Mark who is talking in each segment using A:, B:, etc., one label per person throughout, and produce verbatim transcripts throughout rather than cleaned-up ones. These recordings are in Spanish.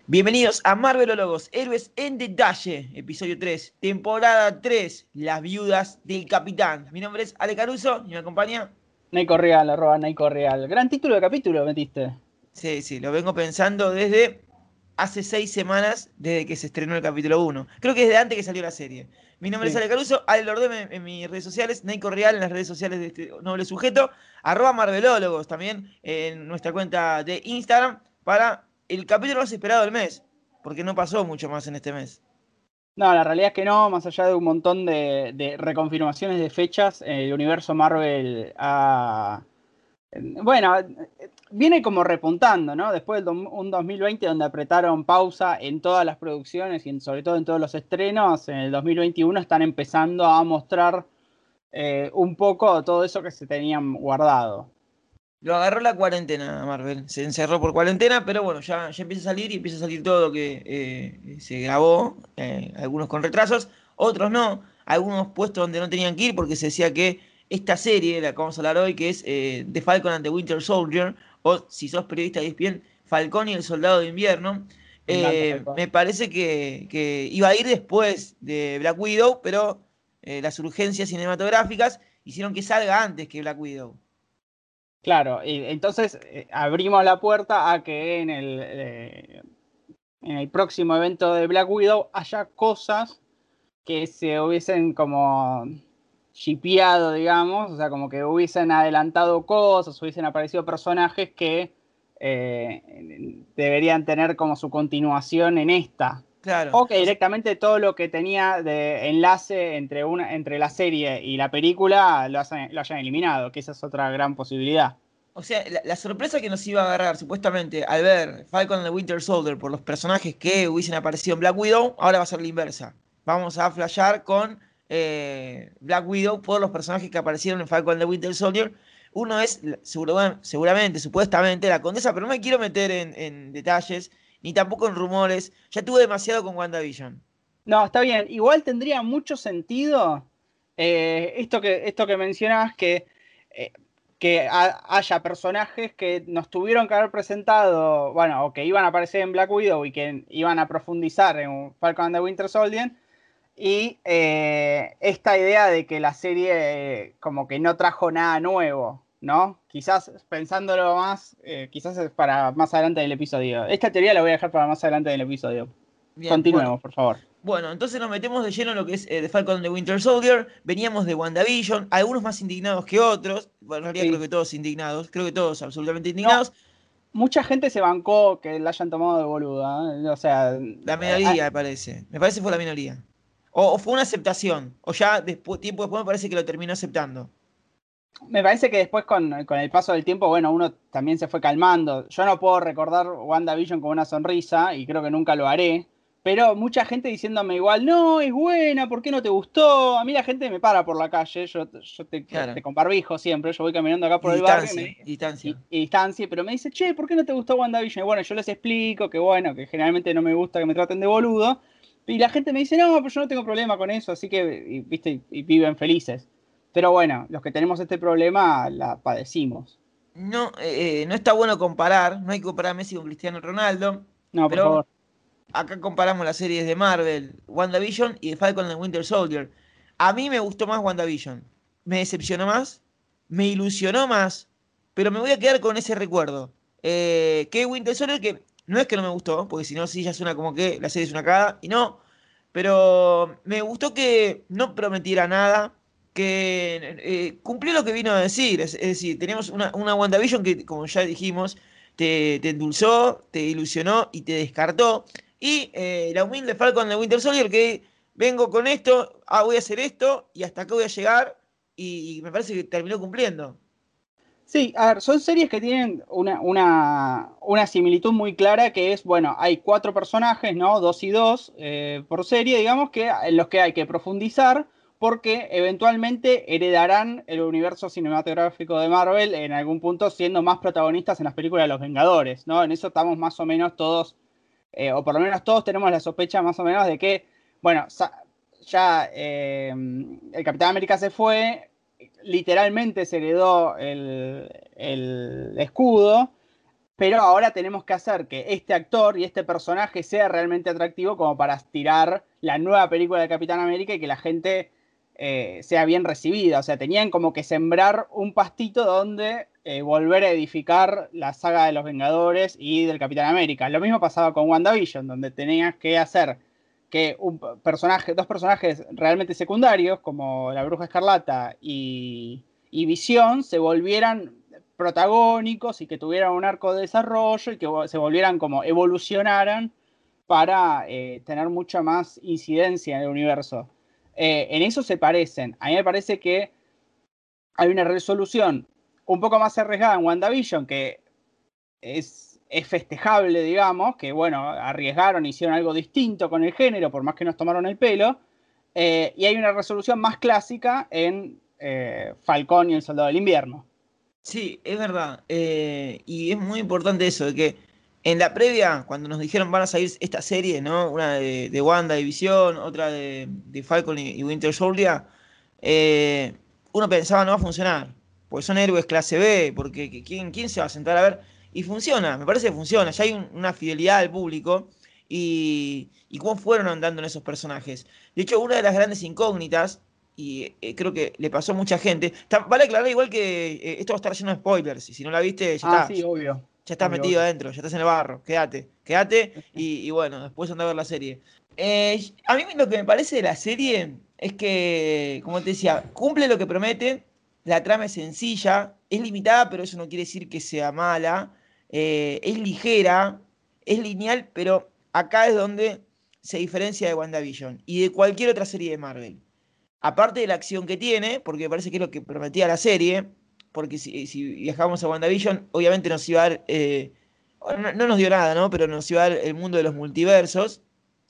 A: Bienvenidos a Marvelólogos, Héroes en Detalle, episodio tres, temporada tres, Las Viudas del Capitán. Mi nombre es Ale Caruso y me acompaña.
B: Nico Real, arroba Nico Real. Gran título de capítulo metiste.
A: Sí, sí, lo vengo pensando desde hace seis semanas, desde que se estrenó el capítulo uno. Creo que desde antes que salió la serie. Mi nombre es
B: Sí.
A: Ale Caruso, Ale Lordeme en, en mis redes sociales, Nico Real en las redes sociales de este noble sujeto, arroba Marvelólogos también en nuestra cuenta de Instagram para el capítulo más esperado del mes, porque no pasó mucho más en este mes.
B: No, la realidad es que no, más allá de un montón de, de reconfirmaciones de fechas, el universo Marvel ha... Bueno, viene como repuntando, ¿no? Después de un dos mil veinte donde apretaron pausa en todas las producciones y en, sobre todo en todos los estrenos, en el dos mil veintiuno están empezando a mostrar eh, un poco todo eso que se tenían guardado.
A: Lo agarró la cuarentena, Marvel. Se encerró por cuarentena, pero bueno, ya, ya empieza a salir y empieza a salir todo lo que eh, se grabó. Eh, algunos con retrasos, otros no. Algunos puestos donde no tenían que ir porque se decía que esta serie, la que vamos a hablar hoy, que es eh, The Falcon and the Winter Soldier, o si sos periodista y bien, Falcón y el Soldado de Invierno,
B: Me encanta
A: eh,
B: Falcón.
A: me parece que, que iba a ir después de Black Widow, pero eh, las urgencias cinematográficas hicieron que salga antes que Black Widow.
B: Claro, y entonces eh, abrimos la puerta a que en el, eh, en el próximo evento de Black Widow haya cosas que se hubiesen como shipeado, digamos, o sea, como que hubiesen adelantado cosas, hubiesen aparecido personajes que eh, deberían tener como su continuación en esta.
A: Claro.
B: O que
A: O sea,
B: directamente todo lo que tenía de enlace entre, una, entre la serie y la película lo, hayan, lo hayan eliminado, que esa es otra gran posibilidad.
A: O sea, la, la sorpresa que nos iba a agarrar supuestamente al ver Falcon and the Winter Soldier por los personajes que hubiesen aparecido en Black Widow, ahora va a ser la inversa. Vamos a flashear con eh, Black Widow por los personajes que aparecieron en Falcon and the Winter Soldier. Uno es, seguro- seguramente, supuestamente, la Condesa, pero no me quiero meter en, en detalles, ni tampoco en rumores. Ya tuve demasiado con WandaVision.
B: No, está bien. Igual tendría mucho sentido eh, esto que, esto que mencionabas, que, eh, que ha- haya personajes que nos tuvieron que haber presentado, bueno, o que iban a aparecer en Black Widow y que iban a profundizar en Falcon and the Winter Soldier, y eh, esta idea de que la serie eh, como que no trajo nada nuevo, ¿no? Quizás pensándolo más, eh, quizás es para más adelante del episodio. Esta teoría la voy a dejar para más adelante del episodio.
A: Bien, bueno,
B: Continuemos, por favor.
A: Bueno, entonces nos metemos de lleno en lo que es eh, The Falcon and the Winter Soldier. Veníamos de WandaVision, algunos más indignados que otros. Bueno, en realidad creo
B: Sí.
A: que todos indignados, creo que todos absolutamente
B: No,
A: indignados.
B: mucha gente se bancó que la hayan tomado de boluda, ¿eh? O sea,
A: La
B: eh, ah,
A: minoría, me parece. Me parece que fue la minoría. O, o fue una aceptación. O ya después, tiempo después me parece que lo terminó aceptando.
B: me parece que después con, con el paso del tiempo, bueno, uno también se fue calmando. Yo no puedo recordar WandaVision con una sonrisa y creo que nunca lo haré. Pero mucha gente diciéndome igual, no, es buena, ¿por qué no te gustó? A mí la gente me para por la calle, yo, yo te,
A: Claro.
B: te con barbijo siempre, yo voy caminando acá
A: Y
B: por el barrio y
A: distancia,
B: me
A: y distancia.
B: y, y distancia, pero me dice, che, ¿por qué no te gustó WandaVision? Y bueno, yo les explico que bueno, que generalmente no me gusta que me traten de boludo. Y la gente me dice, no, pero yo no tengo problema con eso, así que, y, viste, y viven felices. Pero bueno, los que tenemos este problema la padecimos.
A: No, eh, eh, no está bueno comparar. No hay que comparar a Messi con Cristiano Ronaldo.
B: No, por
A: Pero
B: favor.
A: acá comparamos las series de Marvel, WandaVision y The Falcon and the Winter Soldier. A mí me gustó más WandaVision. Me decepcionó más, me ilusionó más, pero me voy a quedar con ese recuerdo. Eh, que Winter Soldier, que no es que no me gustó, porque si no, sí ya suena como que la serie es una cagada, y no. Pero me gustó que no prometiera nada, que eh, cumplió lo que vino a decir. Es, es decir, teníamos una, una WandaVision que, como ya dijimos, te, te endulzó, te ilusionó y te descartó. Y eh, la humilde Falcon de Winter Soldier que vengo con esto, ah, voy a hacer esto y hasta acá voy a llegar y, y me parece que terminó cumpliendo.
B: Sí, a ver, son series que tienen una, una, una similitud muy clara que es, bueno, hay cuatro personajes, ¿no? Dos y dos eh, por serie, digamos, que en los que hay que profundizar porque eventualmente heredarán el universo cinematográfico de Marvel en algún punto siendo más protagonistas en las películas de los Vengadores, ¿no? En eso estamos más o menos todos, eh, o por lo menos todos tenemos la sospecha más o menos de que, bueno, ya eh, el Capitán América se fue, literalmente se heredó el, el escudo. pero ahora tenemos que hacer que este actor y este personaje sea realmente atractivo como para estirar la nueva película de Capitán América y que la gente eh, sea bien recibida. O sea, tenían como que sembrar un pastito donde eh, volver a edificar la saga de los Vengadores y del Capitán América. Lo mismo pasaba con WandaVision, donde tenías que hacer que un personaje, dos personajes realmente secundarios, como la Bruja Escarlata y, y Visión, se volvieran protagónicos y que tuvieran un arco de desarrollo y que se volvieran como evolucionaran para eh, tener mucha más incidencia en el universo. Eh, en eso se parecen. A mí me parece que hay una resolución un poco más arriesgada en WandaVision, que es, es festejable, digamos, que bueno, arriesgaron, hicieron algo distinto con el género, por más que nos tomaron el pelo. Eh, y hay una resolución más clásica en eh, Falcón y el Soldado del Invierno.
A: Sí, es verdad. Eh, y es muy importante eso, de que en la previa, cuando nos dijeron van a salir esta serie, ¿no? Una de, de Wanda y Visión, otra de, de Falcon y, y Winter Soldier, eh, uno pensaba no va a funcionar, porque son héroes clase B, porque que- ¿quién, quién se va a sentar a ver? Y funciona, me parece que funciona, ya hay un- una fidelidad al público y, y cómo fueron andando en esos personajes. De hecho, una de las grandes incógnitas y eh, creo que le pasó a mucha gente. Está- vale aclarar igual que eh, esto va a estar lleno de spoilers, y si no la viste, ya
B: Ah,
A: está,
B: sí, obvio.
A: ya estás
B: Obvio,
A: metido
B: obvio.
A: adentro, ya estás en el barro, quédate, quédate y, y bueno, después anda a ver la serie. Eh, a mí lo que me parece de la serie es que, como te decía, cumple lo que promete, la trama es sencilla, es limitada, pero eso no quiere decir que sea mala, eh, es ligera, es lineal, pero acá es donde se diferencia de WandaVision y de cualquier otra serie de Marvel. Aparte de la acción que tiene, porque me parece que es lo que prometía la serie, porque si, si viajamos a WandaVision, obviamente nos iba a dar, eh, no, no nos dio nada, ¿no? Pero nos iba a dar el mundo de los multiversos,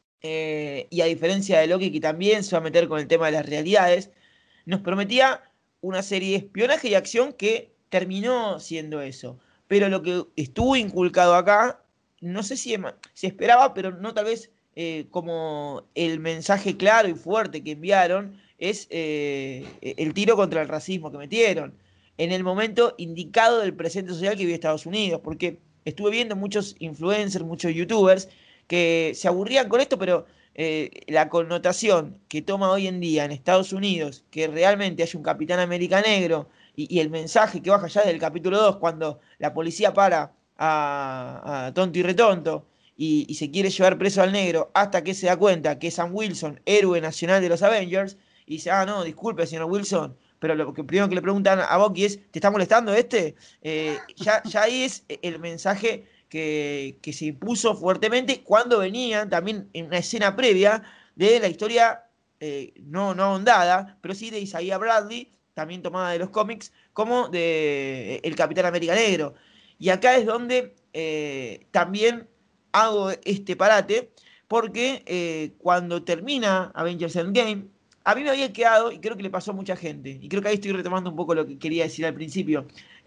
A: eh, y a diferencia de Loki, que también se va a meter con el tema de las realidades, nos prometía una serie de espionaje y acción que terminó siendo eso. Pero lo que estuvo inculcado acá, no sé si se esperaba, pero no tal vez eh, como el mensaje claro y fuerte que enviaron es eh, el tiro contra el racismo que metieron en el momento indicado del presente social que vive Estados Unidos, porque estuve viendo muchos influencers, muchos youtubers que se aburrían con esto, pero eh, la connotación que toma hoy en día en Estados Unidos, que realmente hay un Capitán América negro, y, y el mensaje que baja ya desde el capítulo dos cuando la policía para a, a Tonto y Retonto, y, y se quiere llevar preso al negro, hasta que se da cuenta que es Sam Wilson, héroe nacional de los Avengers, y dice, ah, no, disculpe, señor Wilson, pero lo que primero que le preguntan a Bucky es, ¿te está molestando este? Eh, ya, ya ahí es el mensaje que, que se impuso fuertemente cuando venían también en una escena previa de la historia, eh, no, no ahondada, pero sí de Isaiah Bradley, también tomada de los cómics, como de eh, El Capitán América Negro. Y acá es donde eh, también hago este parate, porque eh, cuando termina Avengers Endgame, a mí me había quedado, y creo que le pasó a mucha gente, y creo que ahí estoy retomando un poco lo que quería decir al principio,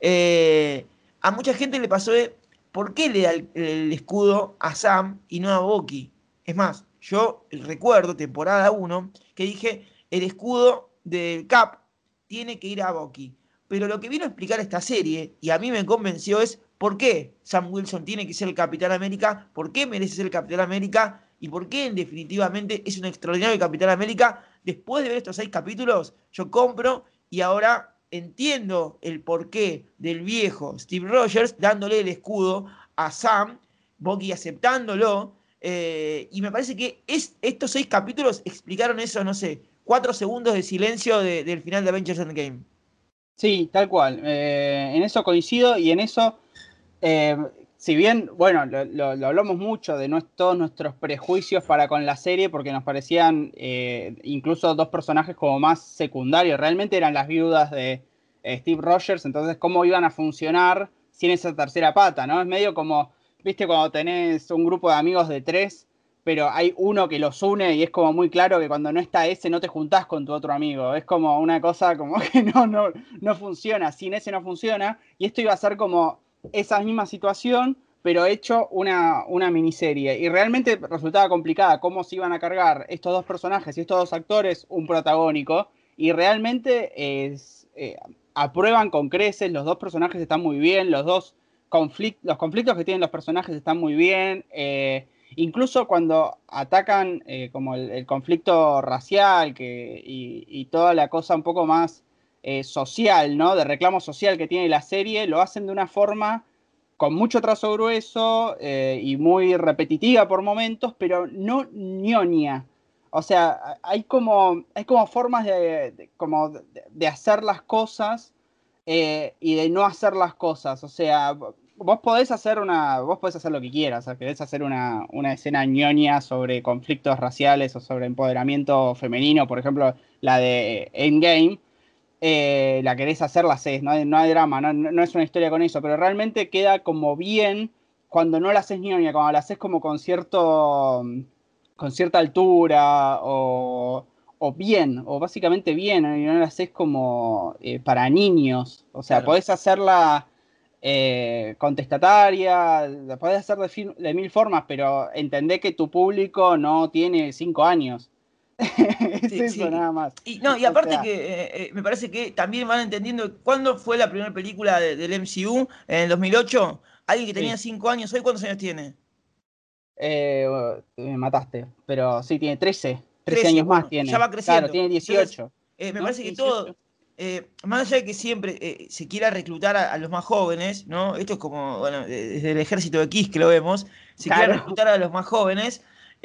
A: eh, a mucha gente le pasó de, ¿por qué le da el, el escudo a Sam y no a Bucky? Es más, yo recuerdo, temporada uno que dije, el escudo del Cap tiene que ir a Bucky. Pero lo que vino a explicar esta serie, y a mí me convenció, es por qué Sam Wilson tiene que ser el Capitán América, por qué merece ser el Capitán América, y por qué en definitivamente es un extraordinario Capitán América. Después de ver estos seis capítulos, yo compro y ahora entiendo el porqué del viejo Steve Rogers dándole el escudo a Sam, Bucky aceptándolo, eh, y me parece que es, estos seis capítulos explicaron eso, no sé, cuatro segundos de silencio de, del final de Avengers Endgame.
B: Sí, tal cual. Eh, en eso coincido y en eso, eh, si bien, bueno, lo, lo- lo hablamos mucho de nues- todos nuestros prejuicios para con la serie porque nos parecían eh, incluso dos personajes como más secundarios. Realmente eran las viudas de eh, Steve Rogers, entonces cómo iban a funcionar sin esa tercera pata, ¿no? Es medio como, viste, cuando tenés un grupo de amigos de tres pero hay uno que los une y es como muy claro que cuando no está ese no te juntás con tu otro amigo. Es como una cosa como que no, no, no funciona, sin ese no funciona. Y esto iba a ser como esa misma situación, pero hecho una, una miniserie. Y realmente resultaba complicada cómo se iban a cargar estos dos personajes y estos dos actores un protagónico. Y realmente es, eh, aprueban con creces, los dos personajes están muy bien, los dos conflict, los conflictos que tienen los personajes están muy bien. Eh, incluso cuando atacan eh, como el, el conflicto racial que, y, y toda la cosa un poco más eh, social, ¿no? De reclamo social que tiene la serie, lo hacen de una forma con mucho trazo grueso eh, y muy repetitiva por momentos, pero no ñoña. O sea, hay como, hay como formas de, de como de, de hacer las cosas eh, y de no hacer las cosas. O sea, vos podés hacer una, vos podés hacer lo que quieras. O sea, querés hacer una, una escena ñoña sobre conflictos raciales o sobre empoderamiento femenino, por ejemplo, la de Endgame. Eh, la querés hacer, la haces, no hay, no hay drama, no, no es una historia con eso, pero realmente queda como bien cuando no la haces ñoña, cuando la haces como con cierto, con cierta altura o, o bien, o básicamente bien, y no la haces como eh, para niños, o sea,
A: Claro.
B: podés hacerla eh, contestataria, la podés hacer de, de mil formas, pero entendé que tu público no tiene cinco años. Es
A: Sí,
B: eso
A: sí.
B: nada más.
A: Y no, y
B: O
A: aparte
B: sea,
A: que eh, eh, me parece que también van entendiendo cuándo fue la primera película de- del M C U, en el dos mil ocho. Alguien que tenía
B: sí.
A: cinco años, ¿hoy cuántos años tiene?
B: Eh, me mataste, pero sí, tiene trece trece
A: Trece.
B: años más
A: Bueno, ya
B: tiene.
A: va
B: Claro,
A: creciendo.
B: tiene
A: Entonces,
B: dieciocho,
A: eh, me
B: ¿no?
A: parece que
B: dieciocho.
A: todo, eh, más allá de que siempre eh, se quiera reclutar a, a los más jóvenes, ¿no? Esto es como, bueno, eh, desde el ejército de Kiss que lo vemos, se quiera
B: Claro,
A: reclutar a los más jóvenes,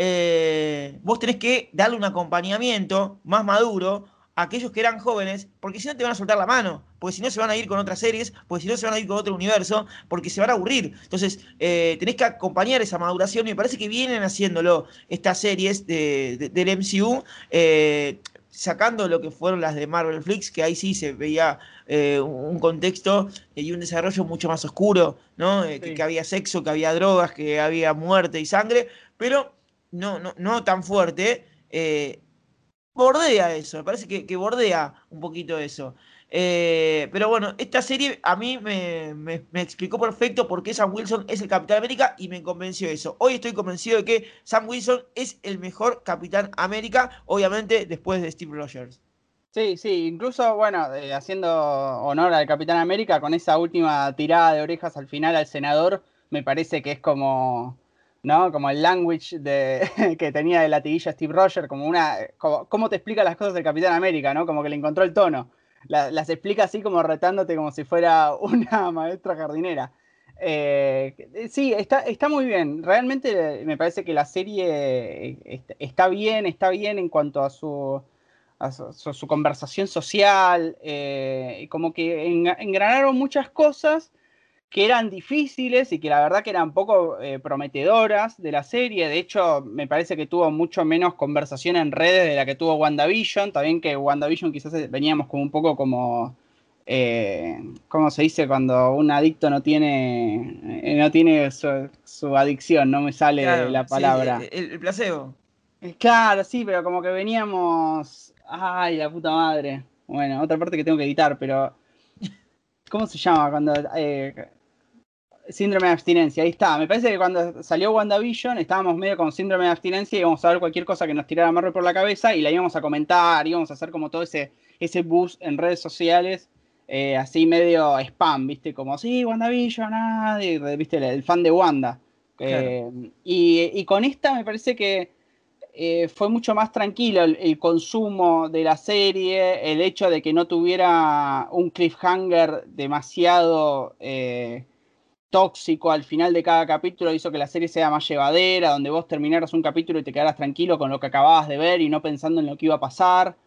A: eh, vos tenés que darle un acompañamiento más maduro a aquellos que eran jóvenes, porque si no te van a soltar la mano, porque si no se van a ir con otras series, porque si no se van a ir con otro universo, porque se van a aburrir. Entonces, eh, tenés que acompañar esa maduración y me parece que vienen haciéndolo estas series de, de, del M C U, eh, sacando lo que fueron las de Marvel Flix, que ahí sí se veía eh, un contexto y un desarrollo mucho más oscuro, ¿no? Eh, que, que,
B: sí.
A: había sexo, que había drogas, que había muerte y sangre, pero no, no, no tan fuerte. Eh, bordea eso, me parece que, que bordea un poquito eso. Eh, pero bueno, esta serie a mí me, me, me explicó perfecto por qué Sam Wilson es el Capitán América y me convenció eso. Hoy estoy convencido de que Sam Wilson es el mejor Capitán América, obviamente después de Steve Rogers.
B: Sí, sí, incluso, bueno, eh, haciendo honor al Capitán América con esa última tirada de orejas al final al senador, me parece que es como, ¿no? Como el language de, que tenía de latiguilla Steve Rogers, como una, como, cómo te explica las cosas el Capitán América, ¿no? Como que le encontró el tono. La- las explica así como retándote como si fuera una maestra jardinera. Eh, sí, está, está muy bien. Realmente me parece que la serie eh, est- está bien, está bien en cuanto a su a su, su- su conversación social, eh, como que en- engranaron muchas cosas que eran difíciles y que la verdad que eran poco eh, prometedoras de la serie. De hecho, me parece que tuvo mucho menos conversación en redes de la que tuvo WandaVision. También que WandaVision quizás eh, veníamos como un poco como... Eh, ¿cómo se dice cuando un adicto no tiene, eh, no tiene su, su adicción? No me sale
A: Claro,
B: la
A: sí,
B: palabra.
A: el, el placebo.
B: Eh, Claro, sí, pero como que veníamos. Ay, la puta madre. Bueno, otra parte que tengo que editar, pero. ¿Cómo se llama? Cuando. eh, síndrome de abstinencia, ahí está. Me parece que cuando salió WandaVision estábamos medio con síndrome de abstinencia y íbamos a ver cualquier cosa que nos tirara Marvel por la cabeza y la íbamos a comentar, íbamos a hacer como todo ese, ese boost en redes sociales, eh, así medio spam, ¿viste? Como, sí, WandaVision, ah, y, ¿viste? El, el fan de Wanda.
A: Claro.
B: Eh, y, y con esta me parece que eh, fue mucho más tranquilo el, el, consumo de la serie, el hecho de que no tuviera un cliffhanger demasiado eh, tóxico al final de cada capítulo hizo que la serie sea más llevadera, donde vos terminaras un capítulo y te quedaras tranquilo con lo que acababas de ver y no pensando en lo que iba a pasar.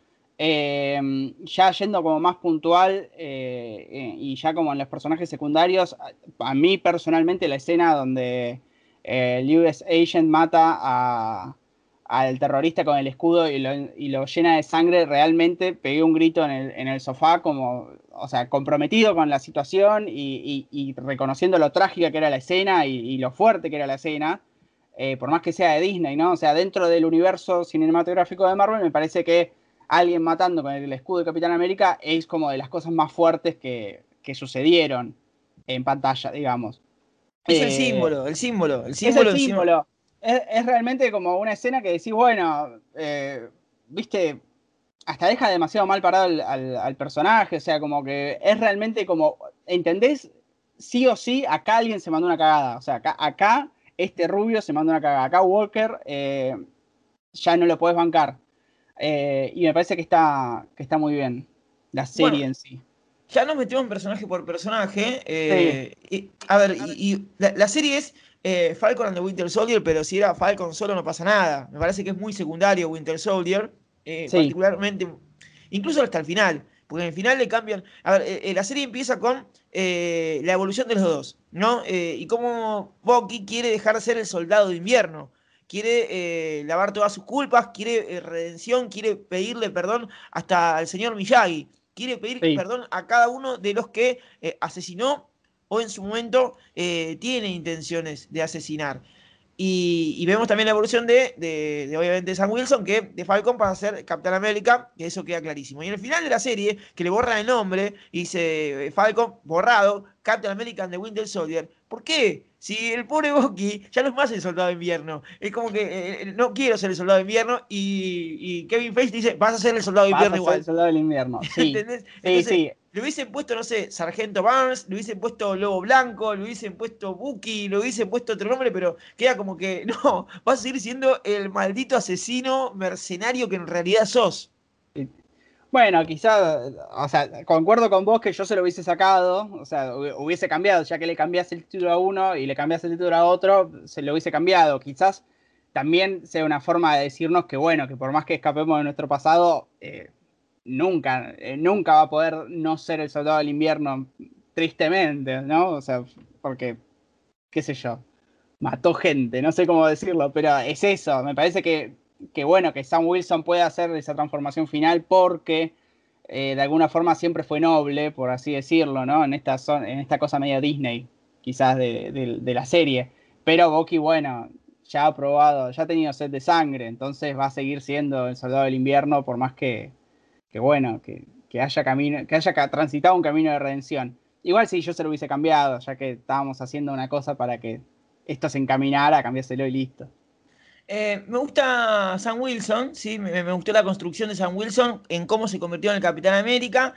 B: Eh, ya yendo como más puntual eh, eh, y ya como en los personajes secundarios, a, a mí personalmente la escena donde eh, el U S Agent mata a, al terrorista con el escudo y lo, y lo, llena de sangre, realmente pegué un grito en el, en el sofá como, o sea, comprometido con la situación y, y, y reconociendo lo trágica que era la escena y, y lo fuerte que era la escena, eh, por más que sea de Disney, ¿no? O sea, dentro del universo cinematográfico de Marvel me parece que alguien matando con el escudo de Capitán América es como de las cosas más fuertes que, que sucedieron en pantalla, digamos.
A: Es el
B: Eh,
A: símbolo, el símbolo, el
B: es el
A: símbolo encima.
B: símbolo. Es, es realmente como una escena que decís, bueno, eh, viste, hasta deja demasiado mal parado al, al, al personaje, o sea, como que es realmente como, ¿entendés? sí o sí, acá alguien se mandó una cagada. O sea, acá, acá este rubio se mandó una cagada. Acá Walker eh, ya no lo podés bancar. Eh, y me parece que está, que está muy bien la
A: Bueno,
B: serie en sí.
A: ya nos metemos en personaje por personaje.
B: Sí,
A: eh, y- a ver, y, y la, la serie es eh, Falcon and the Winter Soldier, pero si era Falcon solo no pasa nada. Me parece que es muy secundario Winter Soldier, eh,
B: sí,
A: particularmente, incluso hasta el final. Porque en el final le cambian. A ver, eh, eh, la serie empieza con eh, la evolución de los dos, ¿no? Eh, y cómo Bucky quiere dejar de ser el soldado de invierno. Quiere eh, lavar todas sus culpas, quiere eh, redención, quiere pedirle perdón hasta al señor Miyagi. Quiere pedir
B: sí.
A: perdón a cada uno de los que eh, asesinó o en su momento eh, tiene intenciones de asesinar. Y, y vemos también la evolución de, de, de, obviamente, Sam Wilson, que de Falcon para ser Capitán América, que eso queda clarísimo. Y en el final de la serie, que le borra el nombre, y dice eh, Falcon, borrado, Captain America and the Winter Soldier. ¿Por qué? Si el pobre Bucky ya no es más el soldado de invierno. Es como que eh, no quiero ser el soldado de invierno. Y, y Kevin Feige dice, vas a ser el soldado de
B: Vas
A: invierno
B: a ser el
A: igual.
B: soldado del invierno. Sí,
A: ¿Entendés?
B: sí,
A: Entonces,
B: sí.
A: le hubiesen puesto, no sé, Sargento Barnes, le hubiesen puesto Lobo Blanco, le hubiesen puesto Bucky, le hubiesen puesto otro nombre, pero queda como que, no, vas a seguir siendo el maldito asesino mercenario que en realidad sos.
B: Sí. Bueno, quizás, o sea, concuerdo con vos que yo se lo hubiese sacado, o sea, hu- hubiese cambiado, ya que le cambias el título a uno y le cambias el título a otro, se lo hubiese cambiado. Quizás también sea una forma de decirnos que, bueno, que por más que escapemos de nuestro pasado, eh, nunca, eh, nunca va a poder no ser el soldado del invierno, tristemente, ¿no? O sea, porque, qué sé yo, mató gente, no sé cómo decirlo, pero es eso, me parece que, que bueno, que Sam Wilson pueda hacer esa transformación final porque eh, de alguna forma siempre fue noble, por así decirlo, ¿no? En esta, son- en esta cosa media Disney, quizás de, de- de la serie. Pero Bucky, bueno, ya ha probado, ya ha tenido sed de sangre, entonces va a seguir siendo el soldado del invierno por más que, que bueno, que, que haya camino, que haya ca- transitado un camino de redención. Igual sí, yo se lo hubiese cambiado, ya que estábamos haciendo una cosa para que esto se encaminara, cambiárselo y listo.
A: Eh, me gusta Sam Wilson, ¿sí? Me, me gustó la construcción de Sam Wilson en cómo se convirtió en el Capitán América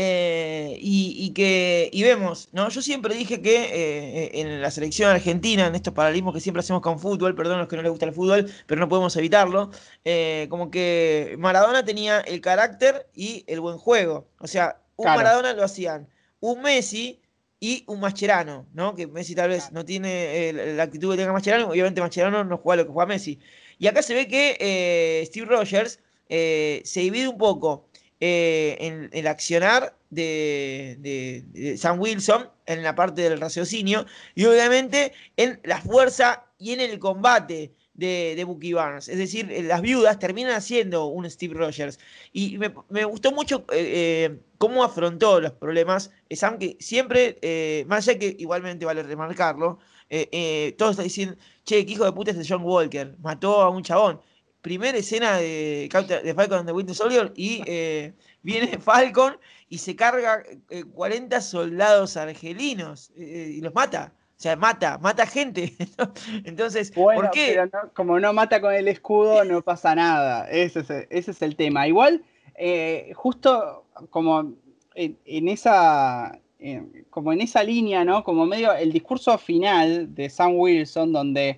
A: eh, y, y que y vemos, ¿no? Yo siempre dije que eh, en la selección argentina, en estos paralelismos que siempre hacemos con fútbol, perdón a los que no les gusta el fútbol, pero no podemos evitarlo, eh, como que Maradona tenía el carácter y el buen juego. O sea, un
B: Claro,
A: Maradona lo hacían un Messi y un Mascherano, ¿no? Que Messi tal vez
B: claro,
A: no tiene eh, la actitud que tenga Mascherano, obviamente Mascherano no juega lo que juega Messi. Y acá se ve que eh, Steve Rogers eh, se divide un poco eh, en el accionar de, de- de Sam Wilson, en la parte del raciocinio, y obviamente en la fuerza y en el combate de, de Bucky Barnes. Es decir, eh, las viudas terminan haciendo un Steve Rogers. Y me, me gustó mucho eh, eh, cómo afrontó los problemas. eh, Sam, que siempre, eh, más allá que igualmente vale remarcarlo, eh, eh, todos están diciendo, che, qué hijo de puta es de John Walker, mató a un chabón. Primera escena de, Captain- de Falcon and the Winter Soldier y eh, viene Falcon y se carga eh, cuarenta soldados argelinos eh, y los mata. O sea, mata, mata gente. Entonces, ¿por
B: bueno,
A: qué?
B: pero no- como no mata con el escudo, no pasa nada. Ese es, el- ese es el tema. Igual, eh, justo como en, en esa, en- como en esa línea, ¿no? Como medio el discurso final de Sam Wilson, donde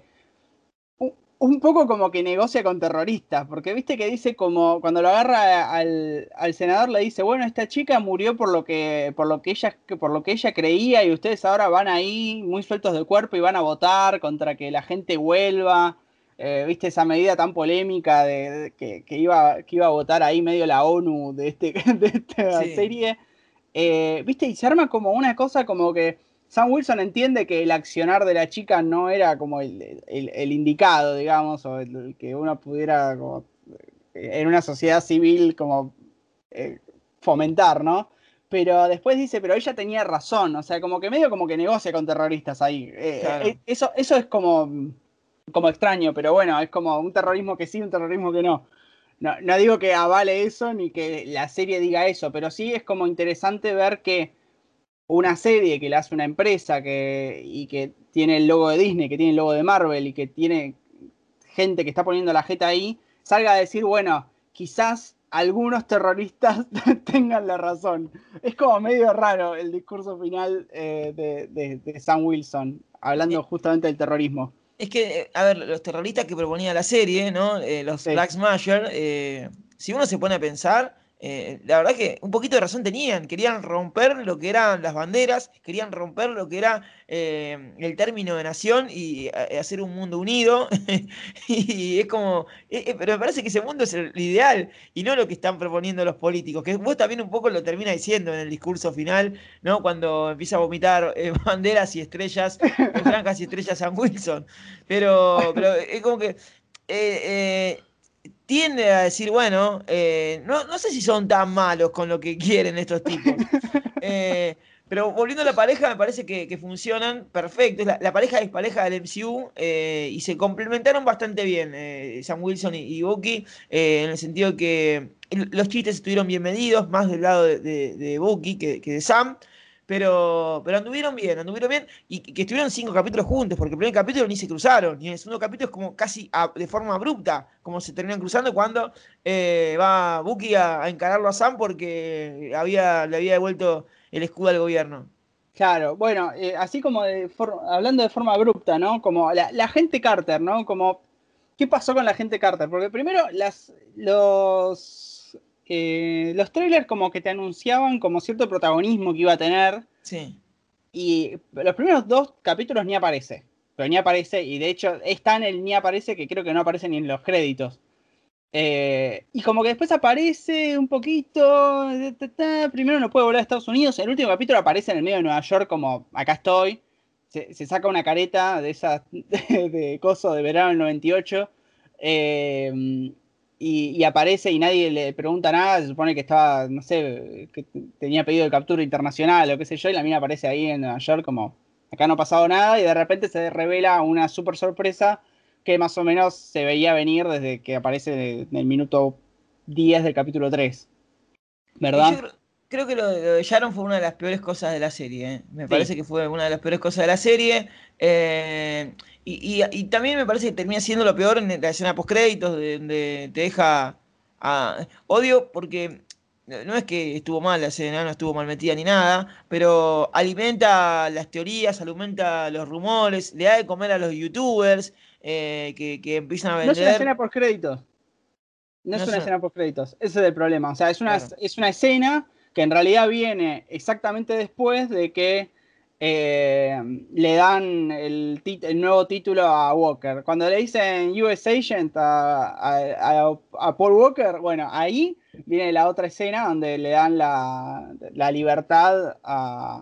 B: un un poco como que negocia con terroristas, porque viste que dice como cuando lo agarra al, al senador le dice, bueno, esta chica murió por lo que, por lo que ella, por lo que ella creía y ustedes ahora van ahí muy sueltos del cuerpo y van a votar contra que la gente vuelva. Eh, viste esa medida tan polémica de, de que, que iba, que iba a votar ahí medio la ONU de, este, de esta
A: Sí,
B: serie. Eh, viste, y se arma como una cosa como que Sam Wilson entiende que el accionar de la chica no era como el, el- el indicado, digamos, o el, el que uno pudiera como, eh, en una sociedad civil como eh, fomentar, ¿no? Pero después dice, pero ella tenía razón, o sea, como que medio como que negocia con terroristas ahí. Eh, eh,
A: claro.
B: eso, eso es como, como extraño, pero bueno, es como un terrorismo que sí, un terrorismo que no. No, no digo que avale eso ni que la serie diga eso, pero sí es como interesante ver que una serie que la hace una empresa que, y que tiene el logo de Disney, que tiene el logo de Marvel y que tiene gente que está poniendo la jeta ahí, salga a decir, bueno, quizás algunos terroristas tengan la razón. Es como medio raro el discurso final eh, de, de, de Sam Wilson, hablando justamente del terrorismo.
A: Es que, eh, a ver, los terroristas que proponía la serie, ¿no? Eh, los
B: Sí.
A: Black Smasher, eh, si uno se pone a pensar, eh, la verdad que un poquito de razón tenían. Querían romper lo que eran las banderas, querían romper lo que era eh, el término de nación y eh, hacer un mundo unido. Y es como, eh, eh, pero me parece que ese mundo es el ideal y no lo que están proponiendo los políticos, que vos también un poco lo termina diciendo en el discurso final, ¿no? Cuando empieza a vomitar eh, banderas y estrellas, eh, franjas y estrellas a Wilson. Pero, pero es como que eh, eh, tiende a decir, bueno, eh, no, no sé si son tan malos con lo que quieren estos tipos. Eh, pero volviendo a la pareja, me parece que, que funcionan perfecto. La, la pareja es pareja del M C U eh, y se complementaron bastante bien, eh, Sam Wilson y, y Bucky, eh, en el sentido que los chistes estuvieron bien medidos, más del lado de, de, de Bucky que, que de Sam. Pero, pero anduvieron bien, anduvieron bien y que estuvieron cinco capítulos juntos, porque el primer capítulo ni se cruzaron, y en el segundo capítulo es como casi a- de forma abrupta, como se terminan cruzando cuando eh, va Bucky a, a encararlo a Sam porque había, le había devuelto el escudo al gobierno.
B: Claro, bueno, eh, así como de for- hablando de forma abrupta, ¿no? Como la, la gente Carter, ¿no? Como, ¿qué pasó con la gente Carter? Porque primero las, los, eh, los trailers como que te anunciaban como cierto protagonismo que iba a tener
A: Sí.
B: y los primeros dos capítulos ni aparece, pero ni aparece y de hecho es tan el ni aparece que creo que no aparece ni en los créditos. Eh, y como que después aparece un poquito. Ta, ta, ta, primero no puede volver a Estados Unidos. El último capítulo aparece en el medio de Nueva York, como acá estoy. Se, se saca una careta de esas de, de coso de verano del noventa y ocho. eh, y, y aparece y nadie le pregunta nada. Se supone que estaba, no sé, que tenía pedido de captura internacional o qué sé yo. Y la mina aparece ahí en Nueva York, como acá no ha pasado nada. Y de repente se revela una super sorpresa que más o menos se veía venir desde que aparece en el minuto diez del capítulo tres,
A: Y yo
B: ¿verdad?
A: creo, creo que lo de, lo de Sharon fue una de las peores cosas de la serie. ¿Eh? Me
B: Sí.
A: parece que fue una de las peores cosas de la serie. Eh, y, y- y también me parece que termina siendo lo peor en la escena post-créditos, donde te deja a, odio, porque no no es que estuvo mal la escena, no estuvo mal metida ni nada, pero alimenta las teorías, alimenta los rumores, le da de comer a los youtubers eh, que, que empiezan a
B: No es una
A: vender.
B: escena post créditos. No
A: No
B: es
A: es
B: una
A: una-
B: escena post créditos. Ese es el problema. O sea, es una,
A: claro.
B: es una escena que en realidad viene exactamente después de que eh, le dan el, tit- el nuevo título a Walker. Cuando le dicen U S Agent a, a- a- a Paul Walker, bueno, ahí viene la otra escena donde le dan la, la libertad a,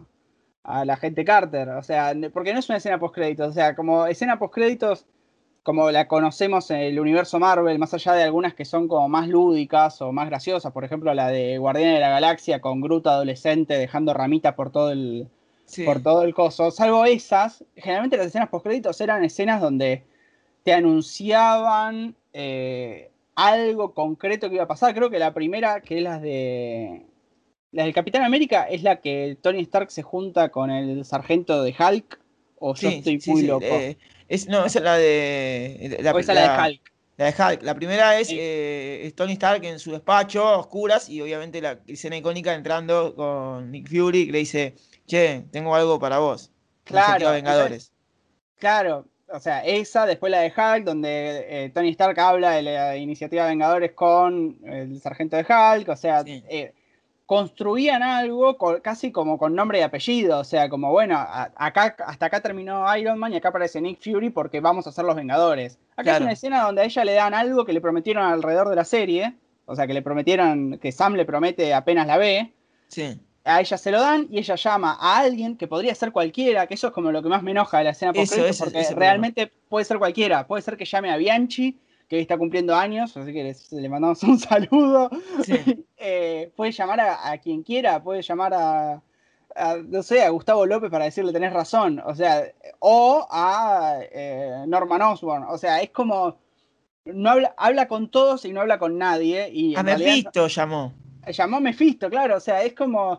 B: a la gente Carter. O sea, porque no es una escena post créditos. O sea, como escena post créditos como la conocemos en el universo Marvel, más allá de algunas que son como más lúdicas o más graciosas, por ejemplo la de Guardianes de la Galaxia con Groot adolescente dejando ramitas por todo el, por
A: Sí.
B: todo el coso, salvo esas, generalmente las escenas postcréditos eran escenas donde te anunciaban eh, algo concreto que iba a pasar. Creo que la primera, que es la de la del Capitán América, es la que Tony Stark se junta con el sargento de Hulk, o yo
A: Sí,
B: estoy
A: sí,
B: muy
A: sí.
B: loco.
A: eh, es, no, esa es la de. La,
B: O esa es la de
A: la-
B: Hulk.
A: la de Hulk. La primera es,
B: Eh,
A: eh, es Tony Stark en su despacho, a oscuras, y obviamente la escena icónica entrando con Nick Fury, que le dice: Che, tengo algo para vos. Iniciativa
B: claro, entonces
A: Vengadores.
B: claro, o sea, esa, después la de Hulk, donde eh, Tony Stark habla de la iniciativa Vengadores con el sargento de Hulk, o sea,
A: Sí,
B: eh, construían algo co- casi como con nombre y apellido, o sea, como bueno, a- acá, hasta acá terminó Iron Man y acá aparece Nick Fury porque vamos a ser los Vengadores. Acá es una
A: claro.
B: escena donde a ella le dan algo que le prometieron alrededor de la serie, o sea, que le prometieron, que Sam le promete apenas la ve,
A: Sí.
B: a ella se lo dan y ella llama a alguien que podría ser cualquiera, que eso es como lo que más me enoja de la escena post
A: Eso,
B: créditos,
A: ese,
B: porque
A: ese problema.
B: realmente puede ser cualquiera, puede ser que llame a Bianchi, que hoy está cumpliendo años, así que les- le mandamos un saludo.
A: Sí.
B: Eh, puede llamar a, a quien quiera, puede llamar a, a, no sé, a Gustavo López para decirle tenés razón, o sea, o a eh, Norman Osborn, o sea, es como, no habla, habla con todos y no habla con nadie, y
A: A
B: en realidad
A: Mephisto llamó.
B: llamó a Mephisto, claro, o sea, es como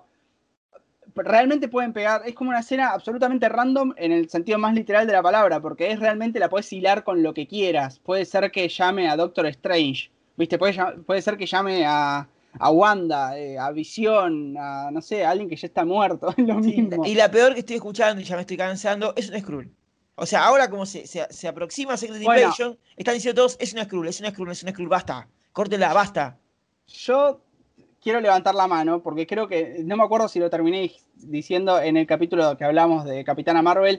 B: realmente pueden pegar, es como una escena absolutamente random en el sentido más literal de la palabra, porque es realmente la puedes hilar con lo que quieras. Puede ser que llame a Doctor Strange, ¿Viste? Puede, puede ser que llame a, a Wanda, eh, a Visión, a no sé, a alguien que ya está muerto, es lo
A: Sí,
B: mismo.
A: y la peor que estoy escuchando, y ya me estoy cansando, es un Skrull. O sea, ahora como se, se, se aproxima Secret
B: Bueno,
A: Invasion, están diciendo todos, es una Skrull, es una Skrull, es una Skrull, basta. Córtela, basta.
B: yo quiero levantar la mano porque creo que, no me acuerdo si lo terminé diciendo en el capítulo que hablamos de Capitana Marvel,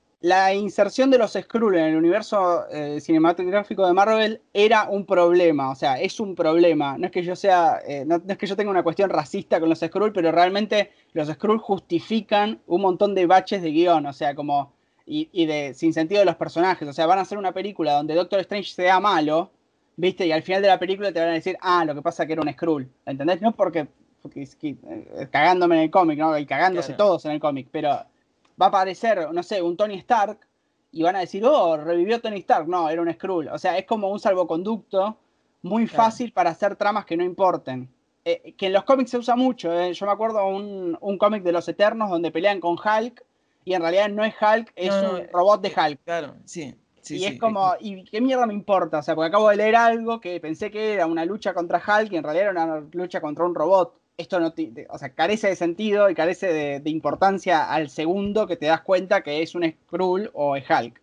B: la inserción de los Skrull en el universo eh, cinematográfico de Marvel era un problema, o sea, es un problema. No es que yo sea, eh, no, no es que yo tenga una cuestión racista con los Skrull, pero realmente los Skrull justifican un montón de baches de guión, o sea, como y, y de sin sentido de los personajes. O sea, van a hacer una película donde Doctor Strange sea malo, ¿viste? Y al final de la película te van a decir, ah, lo que pasa es que era un Skrull, ¿entendés? No porque, porque es que, eh, cagándome en el cómic, ¿no? Y cagándose
A: Claro.
B: todos en el cómic, pero va a aparecer, no sé, un Tony Stark y van a decir, oh, revivió Tony Stark. No, era un Skrull. O sea, es como un salvoconducto muy
A: Claro.
B: fácil para hacer tramas que no importen. Eh, que en los cómics se usa mucho. Eh. Yo me acuerdo un, un cómic de los Eternos donde pelean con Hulk y en realidad no es Hulk,
A: No,
B: es
A: no,
B: un
A: eh,
B: robot de
A: eh,
B: Hulk.
A: claro, sí, sí,
B: Y es
A: sí. eh,
B: como, ¿y qué mierda me importa? O sea, porque acabo de leer algo que pensé que era una lucha contra Hulk y en realidad era una lucha contra un robot. Esto no te, o sea, carece de sentido y carece de, de importancia al segundo que te das cuenta que es un Skrull o es Hulk,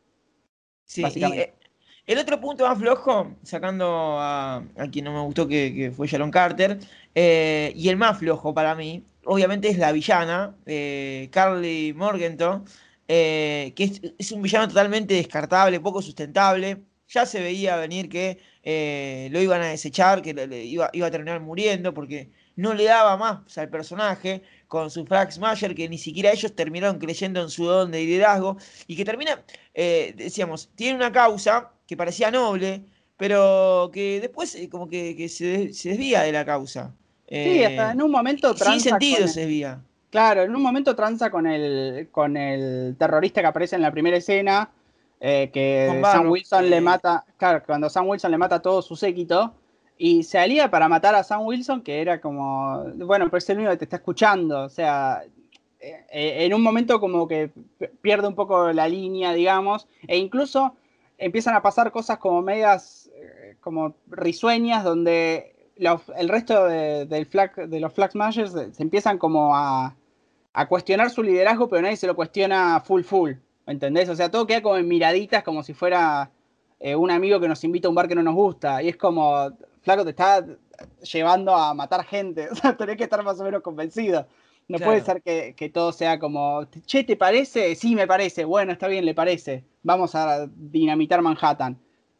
A: Sí, y
B: básicamente.
A: eh, el otro punto más flojo, sacando a, a quien no me gustó que, que fue Sharon Carter, eh, y el más flojo para mí, obviamente es la villana, eh, Carly Morgenthau, eh, que es, es un villano totalmente descartable, poco sustentable. Ya se veía venir que eh, lo iban a desechar, que le- le iba, iba a terminar muriendo, porque no le daba más al personaje con su Frag Smasher, que ni siquiera ellos terminaron creyendo en su don de liderazgo, y que termina eh, decíamos, tiene una causa que parecía noble, pero que después eh, como que, que se, des- se desvía de la causa.
B: Sí, hasta
A: Eh,
B: en un momento
A: y sin
B: tranza con
A: sentido
B: el,
A: se desvía.
B: claro, en un momento tranza con el, con el terrorista que aparece en la primera escena, eh,
A: Con
B: que Sam
A: Barrock.
B: Wilson le
A: eh,
B: mata, claro, cuando Sam Wilson le mata a todo su séquito, y se alía para matar a Sam Wilson, que era como, bueno, pero es el único que te está escuchando, o sea, eh, eh, en un momento como que p- pierde un poco la línea, digamos, e incluso empiezan a pasar cosas como medias, eh, como risueñas, donde los- el resto de, del flag, de los Flag Smashers se, se empiezan como a, a cuestionar su liderazgo, pero nadie se lo cuestiona full full, ¿entendés? O sea, todo queda como en miraditas, como si fuera eh, un amigo que nos invita a un bar que no nos gusta, y es como, flaco, te está llevando a matar gente, o sea, tenés que estar más o menos convencido. No puede
A: claro.
B: ser que, que todo sea como, che, ¿te parece? Sí, me parece. Bueno, está bien, le parece. Vamos a dinamitar Manhattan.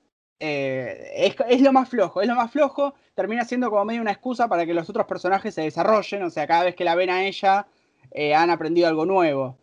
B: Eh, es, es lo más flojo, es lo más flojo. Termina siendo como medio una excusa para que los otros personajes se desarrollen. O sea, cada vez que la ven a ella, eh, han aprendido algo nuevo.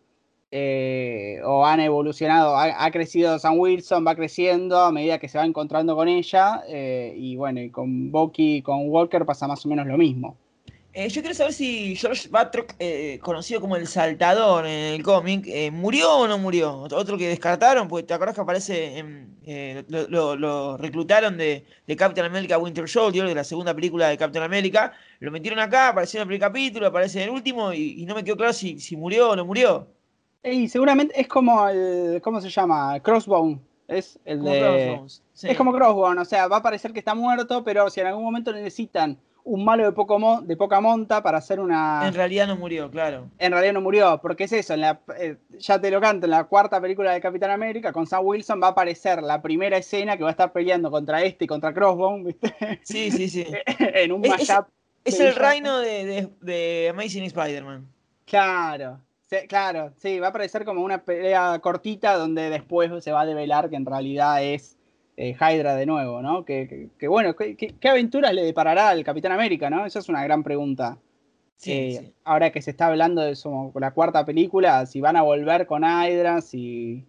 B: Eh, o han evolucionado. Ha, ha, crecido Sam Wilson, va creciendo a medida que se va encontrando con ella. Eh, y bueno, y con Bucky y con Walker pasa más o menos lo mismo.
A: Eh, yo quiero saber si George Batroc, eh, conocido como el Saltador en el cómic, eh, ¿murió o no murió? Otro que descartaron, porque te acuerdas que aparece, en, eh, lo, lo- lo reclutaron de, de Captain America Winter Soldier, de la segunda película de Captain America, lo metieron acá, apareció en el primer capítulo, aparece en el último, y, y no me quedó claro si, si murió o no murió.
B: Y seguramente es como el, ¿cómo se llama? Crossbone. Es el
A: Como
B: de...
A: Crossbones,
B: Es
A: sí.
B: como Crossbone, o sea, va a parecer que está muerto, pero si en algún momento necesitan un malo de, poco mo- de poca monta para hacer
A: En
B: una...
A: realidad no murió, claro.
B: En realidad no murió, porque es eso, en la, eh, ya te lo canto, en la cuarta película de Capitán América, con Sam Wilson va a aparecer la primera escena que va a estar peleando contra este y contra Crossbone, ¿viste?
A: Sí, sí, sí.
B: En un
A: Es, es,
B: mashup
A: es
B: de
A: el
B: villanos.
A: reino de, de, de Amazing Spider-Man.
B: Claro, sí, claro, sí, va a parecer como una pelea cortita donde después se va a develar que en realidad es eh, Hydra de nuevo, ¿no? Que, que- que bueno, ¿qué, qué- qué aventuras le deparará al Capitán América, ¿no? Esa es una gran pregunta.
A: Sí,
B: Eh,
A: sí.
B: ahora que se está hablando de eso, con la cuarta película, si van a volver con Hydra, si,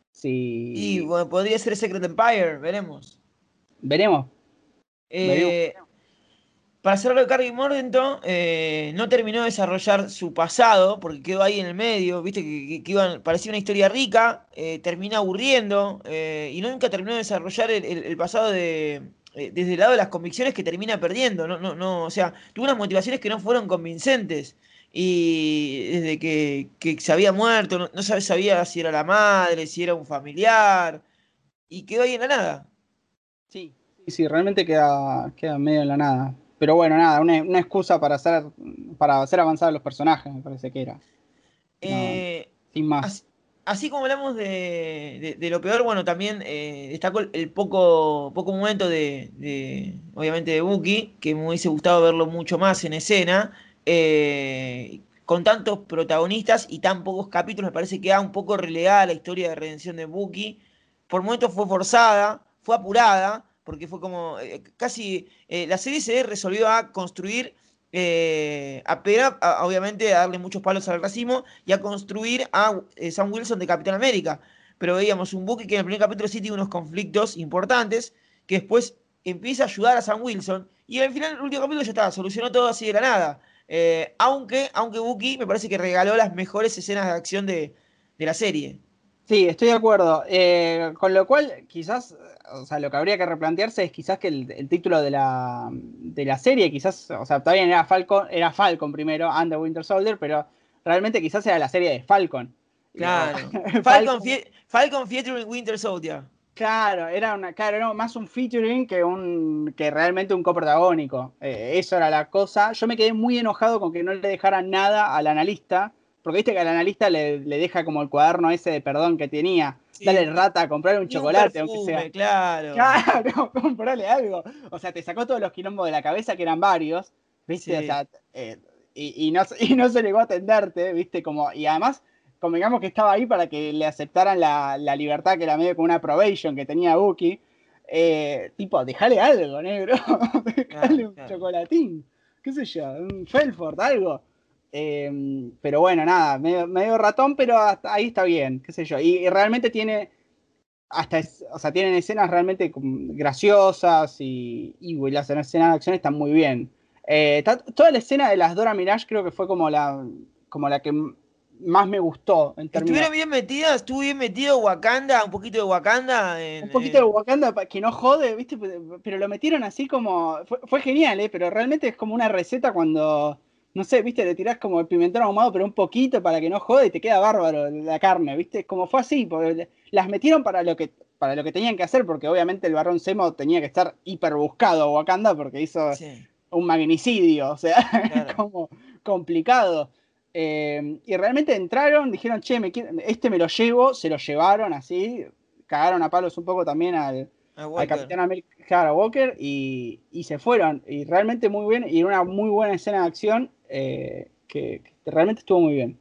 A: Y
B: si...
A: bueno, podría ser Secret Empire, veremos.
B: Veremos, veremos.
A: Eh, para cerrar de Carrie Morgenthau, eh, no terminó de desarrollar su pasado, porque quedó ahí en el medio, viste que, que- que iban- parecía una historia rica, eh, termina aburriendo, eh, y nunca terminó de desarrollar el, el- el pasado de, eh, desde el lado de las convicciones que termina perdiendo. No, no, no, o sea, tuvo unas motivaciones que no fueron convincentes. Y desde que, que se había muerto, no, no sabe- sabía si era la madre, si era un familiar, y quedó ahí en la nada.
B: Sí. sí, realmente queda, queda medio en la nada. Pero bueno, nada, una, una excusa para hacer, para hacer avanzar a los personajes, me parece que era. No,
A: Eh,
B: sin más.
A: así, así como hablamos de, de- de lo peor, bueno, también eh, destacó el, el poco, poco momento de, de, obviamente, de Bucky, que me hubiese gustado verlo mucho más en escena. eh, con tantos protagonistas y tan pocos capítulos, me parece que queda un poco relegada la historia de redención de Bucky. Por momentos fue forzada, fue apurada, porque fue como eh, casi eh, la serie se resolvió a construir eh, a pegar, a- obviamente, a darle muchos palos al racismo y a construir a eh, Sam Wilson de Capitán América. Pero veíamos un Bucky que en el primer capítulo sí tiene unos conflictos importantes, que después empieza a ayudar a Sam Wilson y al final, el último capítulo ya está, solucionó todo así de la nada. Eh, aunque, aunque Bucky me parece que regaló las mejores escenas de acción de, de la serie.
B: Sí, estoy de acuerdo. Eh, con lo cual, quizás, o sea, lo que habría que replantearse es quizás que el, el título de la, de la serie, quizás, o sea, todavía era Falcon, era Falcon primero, and the Winter Soldier, pero realmente quizás era la serie de Falcon. Y, o,
A: Claro. Falcon,
B: Falcon,
A: Fie- Falcon featuring Winter Soldier.
B: claro, era una, claro, era más un featuring que un, que realmente un coprotagónico. Eh, eso era la cosa. Yo me quedé muy enojado con que no le dejaran nada al analista, porque viste que al analista le, le deja como el cuaderno ese de perdón que tenía. Dale
A: Sí, ni,
B: rata a comprar un
A: ni un
B: chocolate, aunque sea.
A: perfume, claro.
B: Claro, comprarle algo. O sea, te sacó todos los quilombos de la cabeza, que eran varios, ¿viste? O
A: Sí.
B: sea, eh, y, y no, y no se llegó a atenderte, ¿viste? Como, y además, como digamos que estaba ahí para que le aceptaran la, la libertad, que era medio como una probation que tenía Bucky. Eh, tipo, dejale algo, negro. Dejale
A: Claro,
B: un
A: claro.
B: chocolatín. ¿Qué sé yo? Un Felford, algo. Eh, pero bueno, nada, medio, medio ratón, pero hasta ahí está bien, qué sé yo. Y, y realmente tiene hasta, es- o sea, tienen escenas realmente como graciosas y, y güey, las escenas de acción están muy bien. Eh, ta- toda la escena de las Dora Milaje creo que fue como la, como la que m- más me gustó en términos.
A: Estuvieron bien metidas, estuvo bien metido Wakanda, un poquito de Wakanda
B: Un
A: en,
B: poquito de
A: en-
B: Wakanda pa- que no jode, ¿viste? Pero pero lo metieron así como. Fue, fue genial, ¿eh? Pero realmente es como una receta cuando. No sé, ¿viste? Le tirás como el pimentón ahumado, pero un poquito para que no jode y te queda bárbaro la carne, ¿viste? Como fue así, porque las metieron para lo que, para lo que tenían que hacer, porque obviamente el Barón Zemo tenía que estar hiper buscado a Wakanda porque hizo
A: Sí,
B: un magnicidio, o sea, es
A: claro.
B: como complicado. Eh, y realmente entraron, dijeron, che, me quiero- este me lo llevo, se lo llevaron así, cagaron a palos un poco también al,
A: A
B: al
A: Walker.
B: Capitán América Walker y, y se fueron. Y realmente muy bien, y una muy buena escena de acción eh, que, que realmente estuvo muy bien.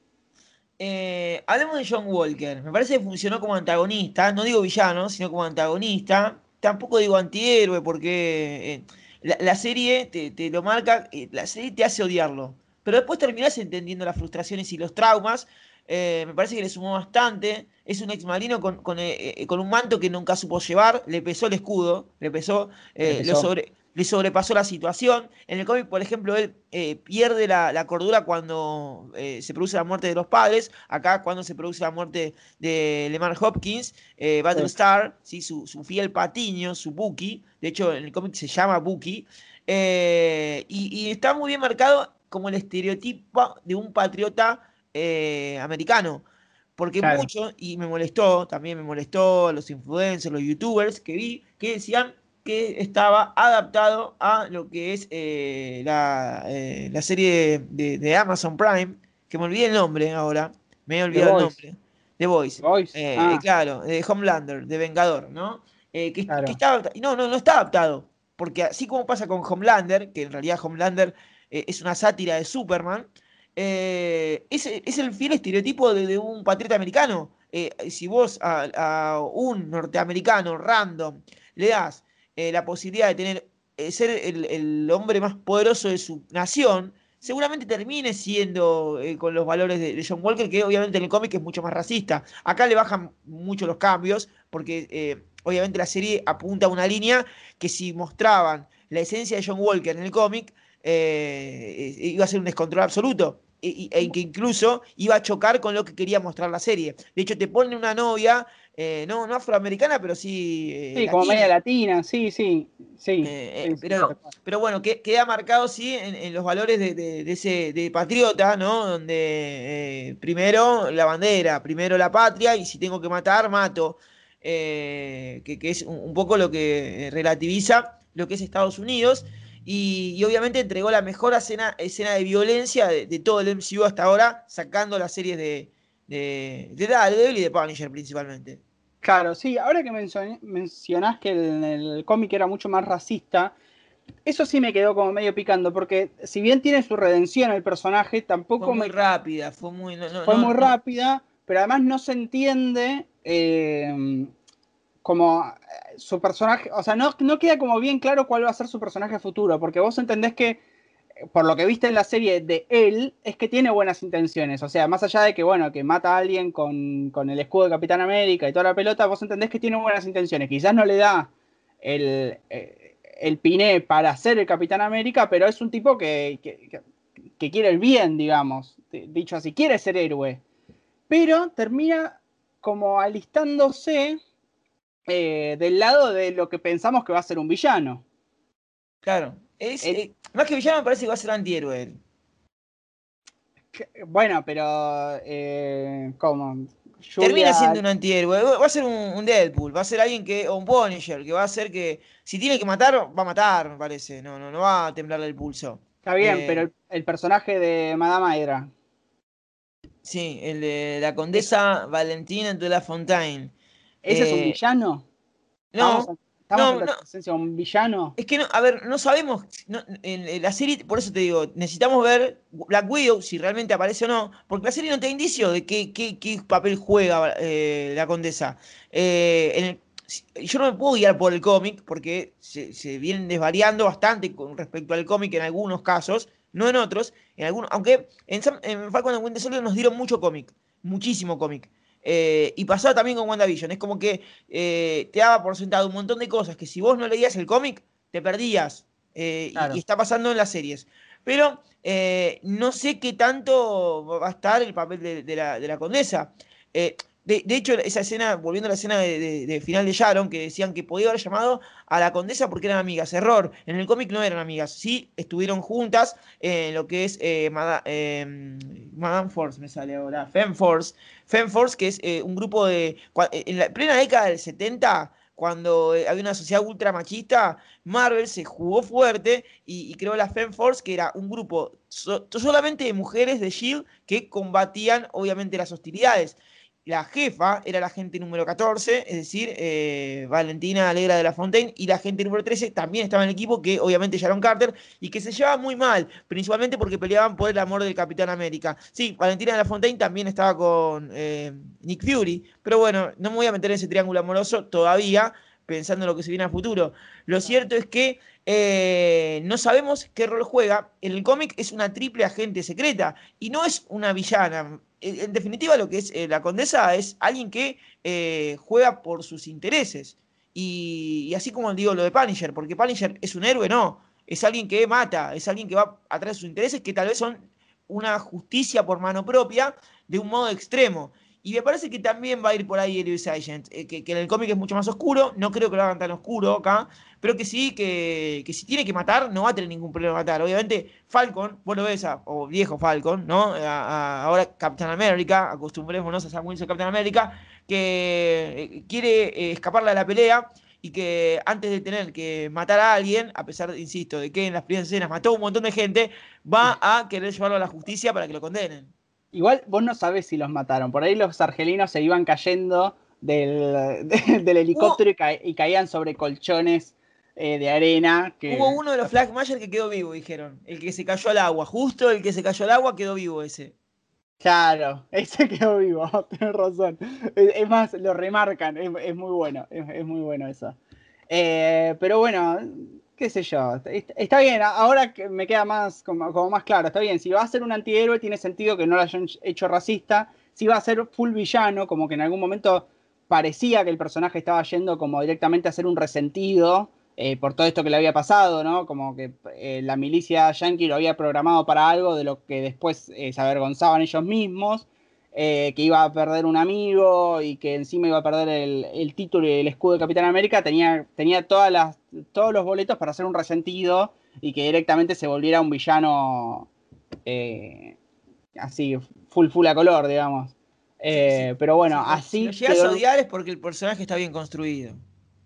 A: Eh, hablemos de John Walker. Me parece que funcionó como antagonista. No digo villano, sino como antagonista. Tampoco digo antihéroe, porque eh, la, la serie te, te lo marca, eh, la serie te hace odiarlo. Pero después terminás entendiendo las frustraciones y los traumas. Eh, me parece que le sumó bastante. Es un ex marino con, con, eh, eh, con un manto que nunca supo llevar. Le pesó el escudo, le pesó, eh, lo
B: Empezó.
A: sobre, le sobrepasó la situación. En el cómic, por ejemplo, él eh, pierde la, la cordura cuando eh, se produce la muerte de los padres. Acá, cuando se produce la muerte de Lemar Hopkins, eh,
B: Sí,
A: Battlestar, ¿sí? su, su fiel patiño, su Bucky. De hecho, en el cómic se llama Bucky. Eh, y, y está muy bien marcado como el estereotipo de un patriota eh, americano. Porque
B: claro.
A: mucho, y me molestó, también me molestó los influencers, los youtubers que vi, que decían que estaba adaptado a lo que es eh, la, eh, la serie de, de Amazon Prime, que me olvidé el nombre ahora, me he
B: The
A: olvidado el
B: Voice.
A: nombre, The Voice,
B: The Voice.
A: eh, eh,
B: Ah,
A: claro, de Homelander, de Vengador, ¿no? Eh, que, que
B: claro.
A: está adaptado. No, no, no está adaptado, porque así como pasa con Homelander, que en realidad Homelander eh, es una sátira de Superman, eh, es, es el fiel estereotipo de, de un patriota americano. Eh, si vos a, a un norteamericano random le das eh, la posibilidad de tener, eh, ser el, el hombre más poderoso de su nación, seguramente termine siendo eh, con los valores de, de John Walker, que obviamente en el cómic es mucho más racista. Acá le bajan mucho los cambios, porque eh, obviamente la serie apunta a una línea que si mostraban la esencia de John Walker en el cómic, eh, iba a ser un descontrol absoluto. E, e, que incluso iba a chocar con lo que quería mostrar la serie. De hecho, te pone una novia, eh, no, no afroamericana, pero sí eh,
B: Sí, como media
A: latina.
B: latina, sí, sí, sí,
A: Eh,
B: sí,
A: eh,
B: sí, tal
A: pero,
B: cual.
A: pero bueno, que, queda marcado sí en, en los valores de, de- de ese de patriota, ¿no? Donde eh, primero la bandera, primero la patria, y si tengo que matar, mato. eh, que, que es un, un poco lo que relativiza lo que es Estados Unidos. Y, y obviamente entregó la mejor escena, escena de violencia de, de todo el M C U hasta ahora, sacando las series de, de, de Daredevil y de Punisher principalmente.
B: Claro, sí, ahora que mencioné- mencionás que el, el cómic era mucho más racista, eso sí me quedó como medio picando, porque si bien tiene su redención el personaje,
A: Fue
B: tampoco
A: muy
B: me
A: rápida, fue muy. No, no,
B: fue
A: no,
B: muy
A: no.
B: rápida, pero además no se entiende eh, como eh, su personaje, o sea, no, no queda como bien claro cuál va a ser su personaje futuro, porque vos entendés que, por lo que viste en la serie de él, es que tiene buenas intenciones, o sea, más allá de que, bueno, que mata a alguien con, con el escudo de Capitán América y toda la pelota, vos entendés que tiene buenas intenciones, quizás no le da el, eh, el piné para ser el Capitán América, pero es un tipo que, que, que que quiere el bien, digamos, dicho así, quiere ser héroe, pero termina como alistándose eh, del lado de lo que pensamos que va a ser un villano.
A: Claro. Es,
B: El,
A: eh, más que villano me parece que va a ser antihéroe él.
B: bueno, pero eh, ¿cómo?
A: Termina
B: Julia,
A: siendo un antihéroe. Va a ser un, un Deadpool, va a ser alguien que. O un Punisher, que va a ser que. Si tiene que matar, va a matar, me parece. No, no, no va a temblarle el pulso.
B: está bien, pero
A: Eh,
B: el, el personaje de Madame Hydra,
A: sí, el de la
B: ¿es,
A: condesa Valentina de la Fontaine.
B: ¿ese es un
A: Eh,
B: villano? ¿Estamos,
A: no,
B: estamos
A: no,
B: ante
A: no.
B: la presencia de un villano?
A: Es que no, a ver, no sabemos. No, en, en la serie, por eso te digo, necesitamos ver Black Widow, si realmente aparece o no, porque la serie no te da indicio de qué, qué, qué papel juega eh, la condesa. Eh, en el- si- yo no me puedo guiar por el cómic, porque se, se vienen desvariando bastante con respecto al cómic en algunos casos, no en otros, en algunos, aunque en, Sam- en Falcon and Winter Soldier nos dieron mucho cómic, muchísimo cómic. Eh, y pasaba también con WandaVision. Es como que eh, te daba por sentado un montón de cosas que si vos no leías el cómic, te perdías. Eh, y, y
B: Claro.
A: está pasando en las series. Pero eh, no sé qué tanto va a estar el papel de, de la, de la condesa. Eh, de, de hecho, esa escena, volviendo a la escena de, de- de final de Sharon, que decían que podía haber llamado a la condesa porque eran amigas. Error. En el cómic no eran amigas. Sí, estuvieron juntas en lo que es eh, Mada- eh, Madame Force, me sale ahora. Femme Force. Femme Force, que es eh, un grupo de. cua- En la plena década del setenta, cuando eh, había una sociedad ultra machista, Marvel se jugó fuerte y, y creó la Femme Force, que era un grupo so- solamente de mujeres de Shield que combatían, obviamente, las hostilidades. La jefa era la agente número catorce, es decir, eh, Valentina Alegra de la Fontaine, y la agente número trece también estaba en el equipo, que obviamente Sharon Carter, y que se llevaba muy mal, principalmente porque peleaban por el amor del Capitán América. Sí, Valentina de la Fontaine también estaba con eh, Nick Fury, pero bueno, no me voy a meter en ese triángulo amoroso todavía, pensando en lo que se viene a futuro. Lo cierto es que eh, no sabemos qué rol juega. En el cómic es una triple agente secreta y no es una villana. En, en definitiva, lo que es eh, la condesa es alguien que eh, juega por sus intereses. Y, y así como digo lo de Punisher, porque Punisher es un héroe, no. Es alguien que mata, es alguien que va atrás de sus intereses, que tal vez son una justicia por mano propia de un modo extremo. Y me parece que también va a ir por ahí Elvis Agent, eh, que, que, en el cómic es mucho más oscuro, no creo que lo hagan tan oscuro acá, pero que sí, que, que si tiene que matar, no va a tener ningún problema matar. Obviamente, Falcon, vos lo ves, a, o viejo Falcon, ¿no? A, a, ahora Captain America, acostumbrémonos a Sam Wilson Captain America, que eh, quiere eh, escaparle a la pelea y que antes de tener que matar a alguien, a pesar, de, insisto, de que en las primeras escenas mató a un montón de gente, va a querer llevarlo a la justicia para que lo condenen.
B: Igual vos no sabés si los mataron. Por ahí los argelinos se iban cayendo del, de- del
A: Hubo,
B: helicóptero y, ca y, caían sobre colchones eh, de arena.
A: hubo
B: Que,
A: uno de los Flag Mayer que quedó vivo, dijeron. El que se cayó al agua. Justo el que se cayó al agua quedó vivo ese.
B: claro, ese quedó vivo, tenés razón. Es, es más, lo remarcan, es, es muy bueno, es, es, muy bueno eso. Eh, pero bueno, qué sé yo, está, está bien, ahora que me queda más como, como, más claro, está bien, si va a ser un antihéroe tiene sentido que no lo hayan hecho racista, si va a ser full villano, como que en algún momento parecía que el personaje estaba yendo como directamente a ser un resentido eh, por todo esto que le había pasado, ¿no? Como que eh, la milicia yankee lo había programado para algo de lo que después eh, se avergonzaban ellos mismos, eh, que iba a perder un amigo y que encima iba a perder el, el título y el escudo de Capitán América, tenía, tenía todas las, todos los boletos para ser un resentido y que directamente se volviera un villano eh, así, full full a color, digamos.
A: Sí, sí.
B: Eh, pero bueno,
A: Si lo, si lo
B: así
A: llegas a
B: quedó.
A: odiar es porque el personaje está bien construido.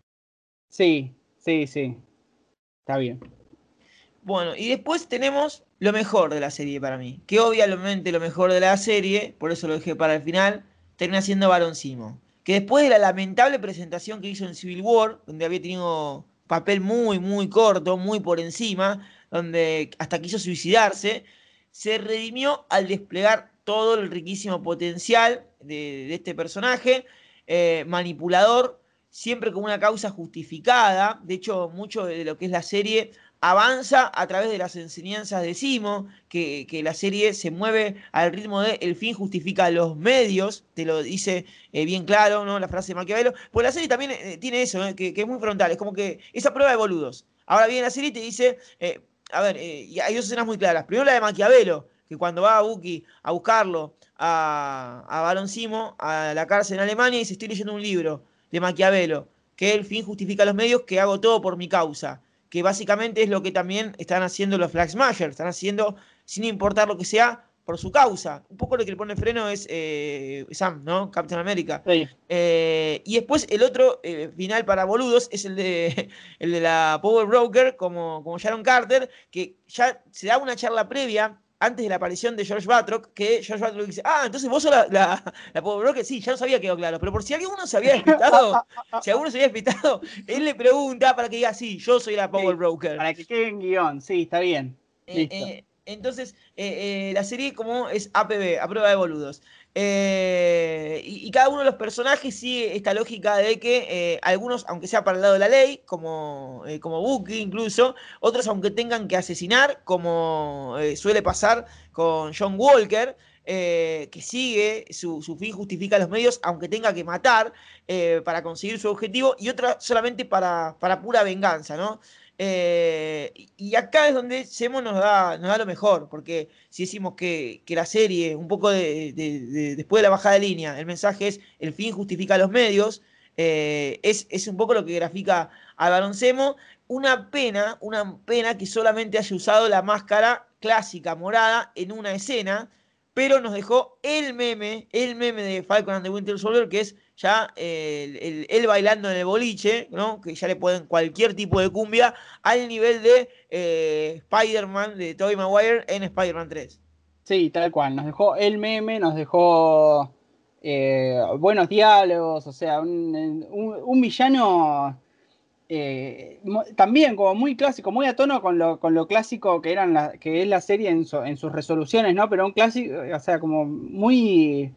B: Sí, sí, sí. Está bien.
A: Bueno, y después tenemos lo mejor de la serie para mí. Que obviamente lo mejor de la serie, por eso lo dejé para el final, termina siendo Baron Zemo. Que después de la lamentable presentación que hizo en Civil War, donde había tenido papel muy, muy corto, muy por encima, donde hasta quiso suicidarse, se redimió al desplegar todo el riquísimo potencial de, de este personaje, eh, manipulador, siempre con una causa justificada. De hecho, mucho de lo que es la serie avanza a través de las enseñanzas de Simo, que, que la serie se mueve al ritmo de el fin justifica los medios, te lo dice eh, bien claro, ¿no? La frase de Maquiavelo. Pues la serie también eh, tiene eso, ¿eh? que, que, es muy frontal, es como que esa prueba de boludos. Ahora viene la serie y te dice, eh, a ver, eh, y hay dos escenas muy claras. Primero la de Maquiavelo, que cuando va a Bucky a buscarlo a, a Barón Simo, a la cárcel en Alemania, y dice, estoy leyendo un libro de Maquiavelo, que el fin justifica los medios, que hago todo por mi causa, que básicamente es lo que también están haciendo los Flag Smashers, están haciendo sin importar lo que sea por su causa. Un poco lo que le pone freno es eh, Sam, ¿no? Captain America.
B: Sí.
A: Eh, y después el otro eh, final para boludos es el de, el de la Power Broker como, como Sharon Carter, que ya se da una charla previa antes de la aparición de George Batroc, que George Batroc dice, ah, entonces vos sos la, la, la Power Broker, sí, ya nos había quedado claro, pero por si alguno se había despistado, si alguno se había despistado, él le pregunta para que diga, sí, yo soy la Power
B: Sí,
A: Broker.
B: para que quede en guión, sí, está bien.
A: Eh,
B: Listo.
A: eh, entonces, eh, eh, la serie como es A P B, a prueba de boludos. Eh, y, y cada uno de los personajes sigue esta lógica de que eh, algunos, aunque sea para el lado de la ley, como, eh, como Bucky incluso, otros aunque tengan que asesinar, como eh, suele pasar con John Walker, eh, que sigue, su, su, fin justifica los medios, aunque tenga que matar eh, para conseguir su objetivo, y otra solamente para, para pura venganza, ¿no? Eh, y acá es donde Semo nos da, nos da lo mejor, porque si decimos que, que la serie, un poco de, de, de, después de la bajada de línea, el mensaje es el fin justifica los medios, eh, es, es un poco lo que grafica a Barón Zemo. Una pena, una pena que solamente haya usado la máscara clásica morada en una escena, pero nos dejó el meme, el meme de Falcon and the Winter Soldier, que es ya eh, el, el, él bailando en el boliche, ¿no? Que ya le pueden cualquier tipo de cumbia, al nivel de eh, Spider-Man de Tobey Maguire en Spider-Man tres.
B: Sí, tal cual. Nos dejó el meme, nos dejó eh, buenos diálogos, o sea, un, un, un villano eh, también como muy clásico, muy a tono con lo, con lo clásico que eran la, que es la serie en, su, en sus resoluciones, ¿no? Pero un clásico, o sea, como muy,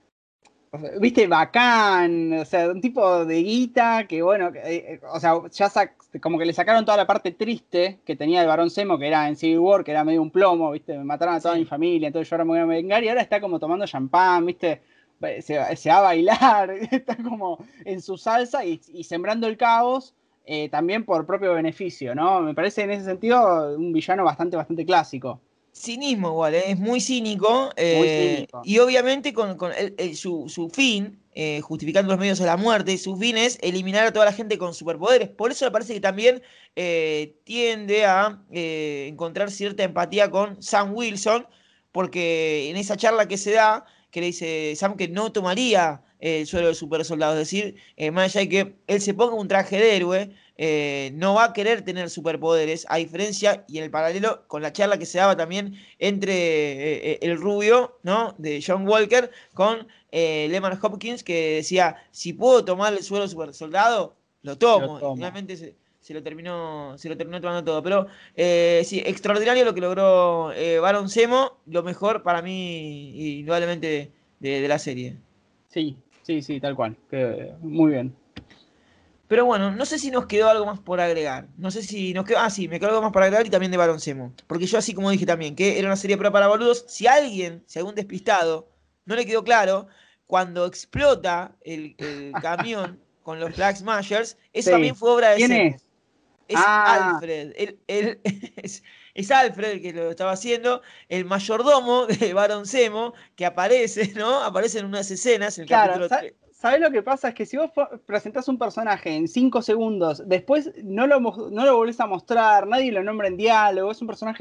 B: o sea, viste, bacán, o sea, un tipo de guita que, bueno, eh, o sea, ya sac, como que le sacaron toda la parte triste que tenía el Barón Zemo, que era en Civil War, que era medio un plomo, viste, me mataron a toda mi
A: Sí.
B: familia, entonces yo ahora me voy a vengar, y ahora está como tomando champán, viste, se, se va a bailar, está como en su salsa y, y sembrando el caos, eh, también por propio beneficio, ¿no? Me parece en ese sentido un villano bastante, bastante clásico,
A: Cinismo igual, ¿eh? Es muy cínico
B: muy
A: eh,
B: cínico.
A: y obviamente con, con el- el- su, su fin, eh, justificando los medios de la muerte, su fin es eliminar a toda la gente con superpoderes. Por eso me parece que también eh, tiende a eh, encontrar cierta empatía con Sam Wilson, porque en esa charla que se da, que le dice Sam que no tomaría eh, el suelo de super soldado, es decir, eh, más allá de que él se ponga un traje de héroe, eh, no va a querer tener superpoderes, a diferencia y en el paralelo con la charla que se daba también entre eh, eh, el rubio, ¿no? De John Walker con eh, Lemon Hopkins, que decía, si puedo tomar el suelo super soldado, lo
B: Lo
A: tomo. Y
B: tomo.
A: finalmente se, se lo terminó, se lo terminó tomando todo. Pero eh, sí, extraordinario lo que logró eh, Baron Zemo, lo mejor para mí, indudablemente, de, de, de la serie.
B: Sí, sí, sí, tal cual. Que, muy bien.
A: Pero bueno, no sé si nos quedó algo más por agregar. No sé si nos quedó. Ah, sí, me quedó algo más por agregar y también de Barón Zemo. Porque yo, así como dije también, que era una serie pro para boludos. Si alguien, si algún despistado, no le quedó claro, cuando explota el, el camión con los Flag Smashers, eso también
B: Sí.
A: fue obra de
B: ¿Quién
A: Zemo.
B: es?
A: Es
B: Ah,
A: Alfred. Él, él- es, es Alfred el que lo estaba haciendo, el mayordomo de Barón Zemo, que aparece, ¿no? Aparece en unas escenas en el
B: claro.
A: capítulo
B: sa-
A: tres.
B: ¿Sabés lo que pasa? Es que si vos po- presentás un personaje en cinco segundos, después no lo, mo- no lo volvés a mostrar, nadie lo nombra en diálogo, es un personaje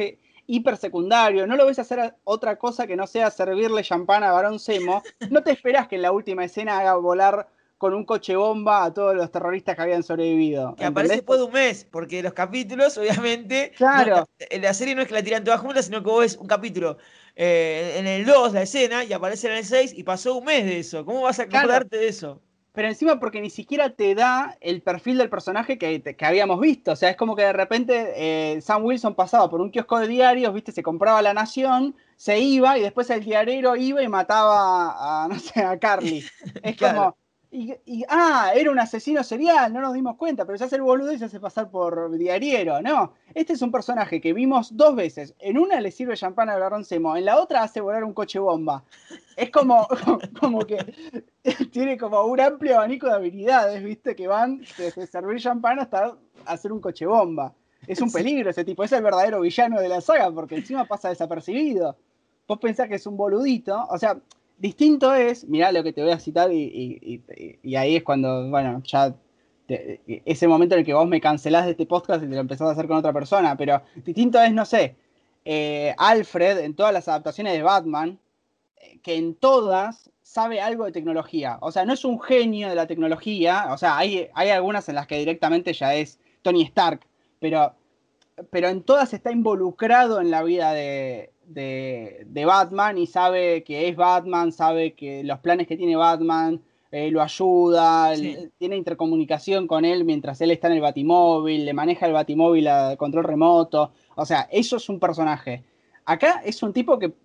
B: hiper secundario, no lo ves hacer otra cosa que no sea servirle champán a Barón Zemo, no te esperás que en la última escena haga volar con un coche bomba a todos los terroristas que habían sobrevivido,
A: Que aparece
B: ¿entendés?
A: después de un mes, porque los capítulos, obviamente, no, la,
B: Claro,
A: la serie no es que la tiran todas juntas, sino que vos ves un capítulo eh, en el dos, la escena, y aparece en el seis, y pasó un mes de eso. ¿Cómo vas a
B: claro,
A: acordarte de eso?
B: pero encima porque ni siquiera te da el perfil del personaje que, que habíamos visto. O sea, es como que de repente eh, Sam Wilson pasaba por un kiosco de diarios, viste, se compraba La Nación, se iba y después el diarero iba y mataba a, no sé, a Carly. Es
A: Claro.
B: como, y, y, ah, era un asesino serial, no nos dimos cuenta, pero se hace el boludo y se hace pasar por diariero. No, este es un personaje que vimos dos veces. En una le sirve champán al Barón Zemo, en la otra hace volar un coche bomba. Es como, como que tiene como un amplio abanico de habilidades, ¿viste? Que van desde servir champán hasta hacer un coche bomba. Es un
A: Sí.
B: peligro ese tipo, es el verdadero villano de la saga, porque encima pasa desapercibido. Vos pensás que es un boludito, o sea, distinto es, mirá lo que te voy a citar y, y, y, y ahí es cuando, bueno, ya te, ese momento en el que vos me cancelás de este podcast y te lo empezás a hacer con otra persona, pero distinto es, no sé, eh, Alfred en todas las adaptaciones de Batman, que en todas sabe algo de tecnología. O sea, no es un genio de la tecnología. O sea, hay, hay algunas en las que directamente ya es Tony Stark, pero, pero en todas está involucrado en la vida de, de, de Batman y sabe que es Batman, sabe que los planes que tiene Batman, eh, lo ayuda,
A: Sí.
B: tiene intercomunicación con él mientras él está en el Batimóvil, le maneja el Batimóvil a control remoto. O sea, eso es un personaje. Acá es un tipo que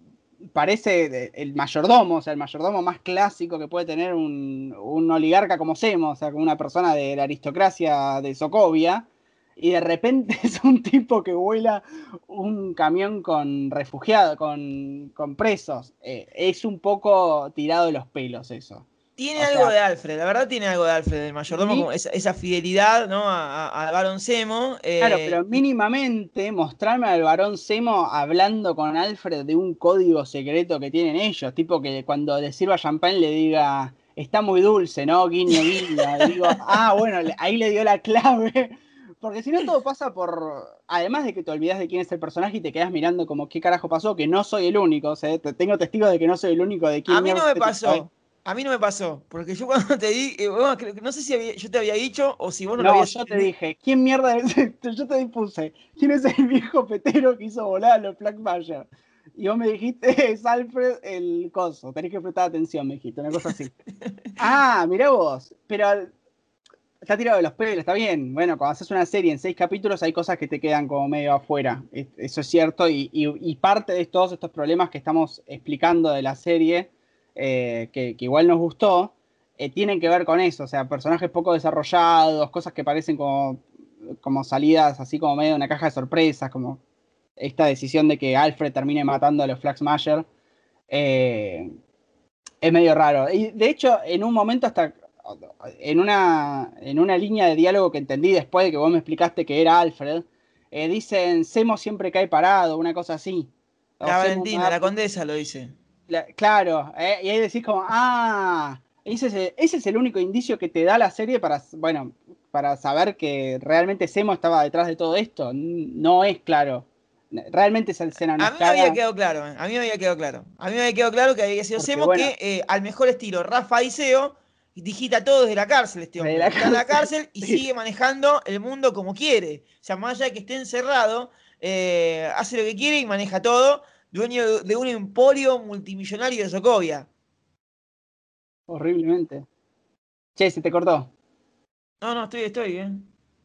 B: parece el mayordomo, o sea, el mayordomo más clásico que puede tener un, un oligarca como Zemo, o sea, como una persona de la aristocracia de Sokovia, y de repente es un tipo que vuela un camión con refugiados, con, con presos. Eh, es un poco tirado de los pelos eso.
A: Tiene
B: O
A: algo
B: sea,
A: de Alfred, la verdad tiene algo de Alfred, el mayordomo, como
B: mi,
A: esa, esa fidelidad, ¿no? A, a, a Baron Zemo.
B: claro,
A: eh,
B: pero
A: y
B: mínimamente mostrarme al varón Zemo hablando con Alfred de un código secreto que tienen ellos, tipo que cuando le sirva champán le diga, está muy dulce, ¿no? Guiño, guiño. Y digo, ah, bueno, le- ahí le dio la clave. Porque si no todo pasa por, además de que te olvidas de quién es el personaje y te quedas mirando como qué carajo pasó, que no soy el único, o sea, te- tengo testigos de que no soy el único de
A: a
B: quién
A: mí no
B: mierda
A: me
B: es esto, ¿eh?
A: pasó, a mí no me pasó, porque yo cuando te di, eh, bueno, creo que- no sé si había- yo te había dicho o si vos no lo
B: No,
A: habías
B: yo te
A: entendido.
B: dije, ¿quién mierda es este? Yo te puse, ¿quién es el viejo petero que hizo volar a los Blackfire? Y vos me dijiste, es Alfred el coso, tenés que prestar atención, me dijiste, una cosa así. Ah, mirá vos, pero está tirado de los pelos, está bien. Bueno, cuando haces una serie en seis capítulos hay cosas que te quedan como medio afuera, es- eso es cierto, y, y- y parte de todos estos problemas que estamos explicando de la serie, eh, que, que igual nos gustó, eh, tienen que ver con eso, o sea, personajes poco desarrollados, cosas que parecen como, como salidas así como medio de una caja de sorpresas, como esta decisión de que Alfred termine matando a los Flaxmayer, eh, es medio raro. Y de hecho, en un momento hasta en una, en una línea de diálogo que entendí después de que vos me explicaste que era Alfred, eh, dicen, Semo siempre cae parado, una cosa así. O
A: La
B: Semo
A: Valentina,
B: va-
A: la condesa lo dice.
B: la- claro, eh, y ahí decís como, ah, ese es, el, ese es el único indicio que te da la serie para, bueno, para saber que realmente Semo estaba detrás de todo esto. N- No es claro. Realmente esa escena
A: A
B: nos
A: mí me había
B: caga
A: quedado claro, eh, a mí me había quedado claro. A mí me había quedado claro que había sido
B: porque,
A: Semo
B: bueno,
A: que eh, al mejor estilo Rafa y Seo digita todo desde la cárcel este
B: de
A: hombre.
B: la
A: Está en la
B: cárcel,
A: cárcel y
B: sí.
A: sigue manejando el mundo como quiere. O sea, más allá de que esté encerrado, eh, hace lo que quiere y maneja todo. Dueño de, de un emporio multimillonario de Sokovia.
B: Horriblemente. Che, se te cortó.
A: No, no, estoy, estoy, ¿eh?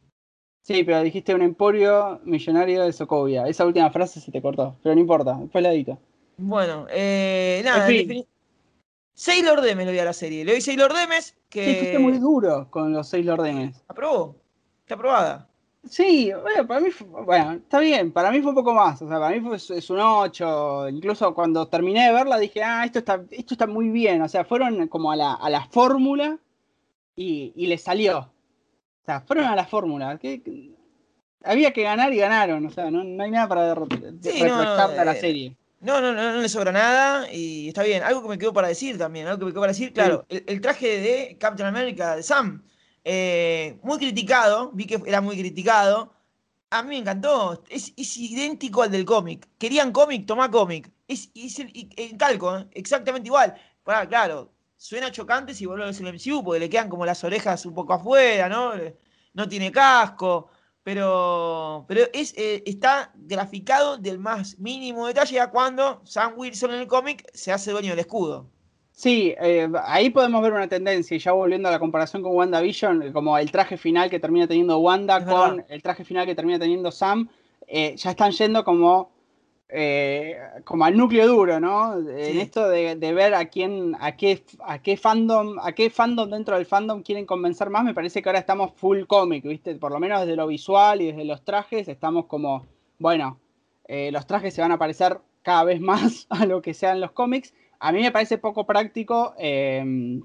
B: Sí, pero dijiste un emporio millonario de Sokovia. Esa última frase se te cortó, pero no importa, después la edito.
A: Bueno, eh,
B: En
A: nada, en
B: fin,
A: definitiva. Sailor Demes le doy a la serie. Le doy Sailor Demes,
B: sí, fuiste muy
A: que
B: duro con los seis
A: sí,
B: Lordemes.
A: aprobó. Está aprobada.
B: Sí, bueno, para mí, fue- bueno, está bien, para mí fue un poco más, o sea, para mí fue, es un ocho. Incluso cuando terminé de verla dije, ah, esto está, esto está muy bien, o sea, fueron como a la, a la fórmula y, y les salió. O sea, fueron a la fórmula, que, que había que ganar y ganaron, o sea, no, no hay nada para re-
A: Sí, no, no,
B: reprocharle a la
A: eh,
B: serie.
A: no, no, no, no le sobra nada y está bien. Algo que me quedó para decir también, algo que me quedó para decir,
B: Sí,
A: claro, el, el traje de Captain America de Sam, eh, muy criticado, vi que era muy criticado. A mí me encantó. Es, es idéntico al del cómic. Querían cómic, tomá cómic. Es, es el, y- el calco, ¿eh? Exactamente igual. Pará, claro, suena chocante si vos lo ves en el M C U, porque le quedan como las orejas un poco afuera, ¿no? Le- No tiene casco. Pero, pero es, eh, está graficado del más mínimo detalle a cuando Sam Wilson en el cómic se hace dueño del escudo.
B: Sí, eh, ahí podemos ver una tendencia, y ya volviendo a la comparación con WandaVision, eh, como el traje final que termina teniendo
A: Es
B: Wanda
A: verdad.
B: con el traje final que termina teniendo Sam, eh, ya están yendo como, eh, como al núcleo duro, ¿no? En
A: Sí,
B: esto de, de ver a quién, a qué, a qué fandom, a qué fandom dentro del fandom quieren convencer más, me parece que ahora estamos full cómic, ¿viste? Por lo menos desde lo visual y desde los trajes estamos como, bueno, eh, los trajes se van a parecer cada vez más a lo que sean los cómics. A mí me parece poco práctico. Eh,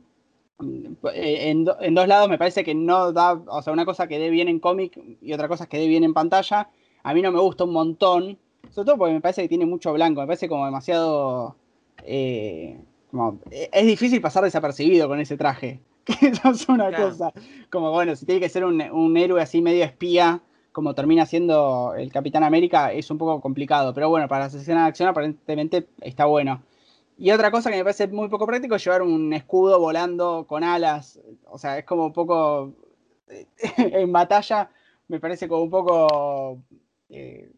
B: en, en, dos lados me parece que no da, o sea, una cosa que dé bien en cómic y otra cosa que dé bien en pantalla. A mí no me gusta un montón, sobre todo porque me parece que tiene mucho blanco, me parece como demasiado... Eh, como, es difícil pasar desapercibido con ese traje, que eso es una
A: claro.
B: cosa. Como bueno, si tiene que ser un, un héroe así medio espía, como termina siendo el Capitán América, es un poco complicado. Pero bueno, para las escenas de acción aparentemente está bueno. Y otra cosa que me parece muy poco práctico es llevar un escudo volando con alas. O sea, es como un poco... en batalla me parece como un poco... eh,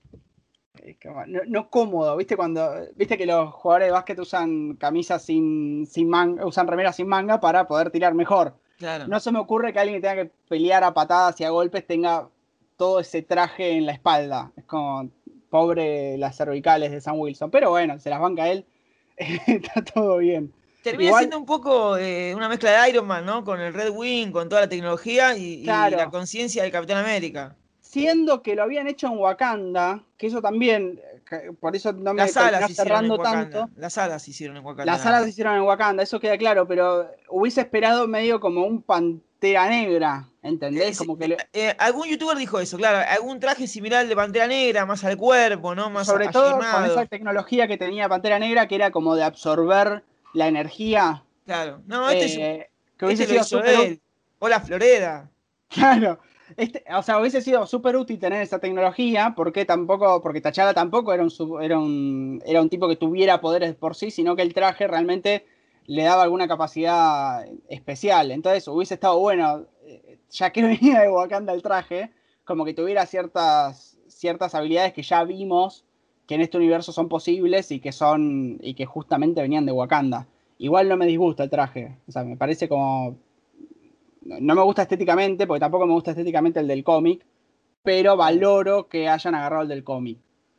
B: no, no cómodo, ¿viste? Cuando, viste que los jugadores de básquet usan camisas sin, sin manga, usan remeras sin manga para poder tirar mejor.
A: Claro.
B: No se me ocurre que alguien que tenga que pelear a patadas y a golpes tenga todo ese traje en la espalda. Es como pobre las cervicales de Sam Wilson. Pero bueno, se las banca él. Está todo bien.
A: Termina
B: Igual,
A: siendo un poco eh, una mezcla de Iron Man, ¿no? Con el Red Wing, con toda la tecnología y, y la
B: claro,
A: conciencia del Capitán América.
B: siendo que lo habían hecho en Wakanda, que eso también, que por eso no me
A: Las
B: terminó
A: alas se hicieron en
B: cerrando
A: Wakanda.
B: tanto.
A: Las alas se hicieron en Wakanda
B: Las
A: nada
B: alas se
A: más.
B: hicieron en Wakanda, eso queda claro, pero hubiese esperado medio como un Pantera Negra, ¿entendés?
A: Es-
B: Como que
A: eh,
B: le-
A: eh, algún youtuber dijo eso, claro. Algún traje similar al de Pantera Negra, más al cuerpo, ¿no? Más a-
B: sobre todo con esa
A: allanado.
B: tecnología que tenía Pantera Negra, que era como de absorber la energía,
A: Claro. No, este, es-
B: eh, que hubiese
A: este lo
B: sido
A: hizo
B: súper útil.
A: él. Hola, Floreda.
B: Claro, este, o sea, hubiese sido súper útil tener esa tecnología, porque tampoco, porque T'Challa tampoco era un, sub- era un, era un tipo que tuviera poderes por sí, sino que el traje realmente le daba alguna capacidad especial. Entonces hubiese estado bueno, eh, ya que venía de Wakanda el traje, como que tuviera ciertas, ciertas habilidades que ya vimos que en este universo son posibles y que son, y que justamente venían de Wakanda. Igual no me disgusta el traje, o sea, me parece como no me gusta estéticamente, porque tampoco me gusta estéticamente el del cómic, pero
A: Claro.
B: valoro que hayan agarrado el del cómic.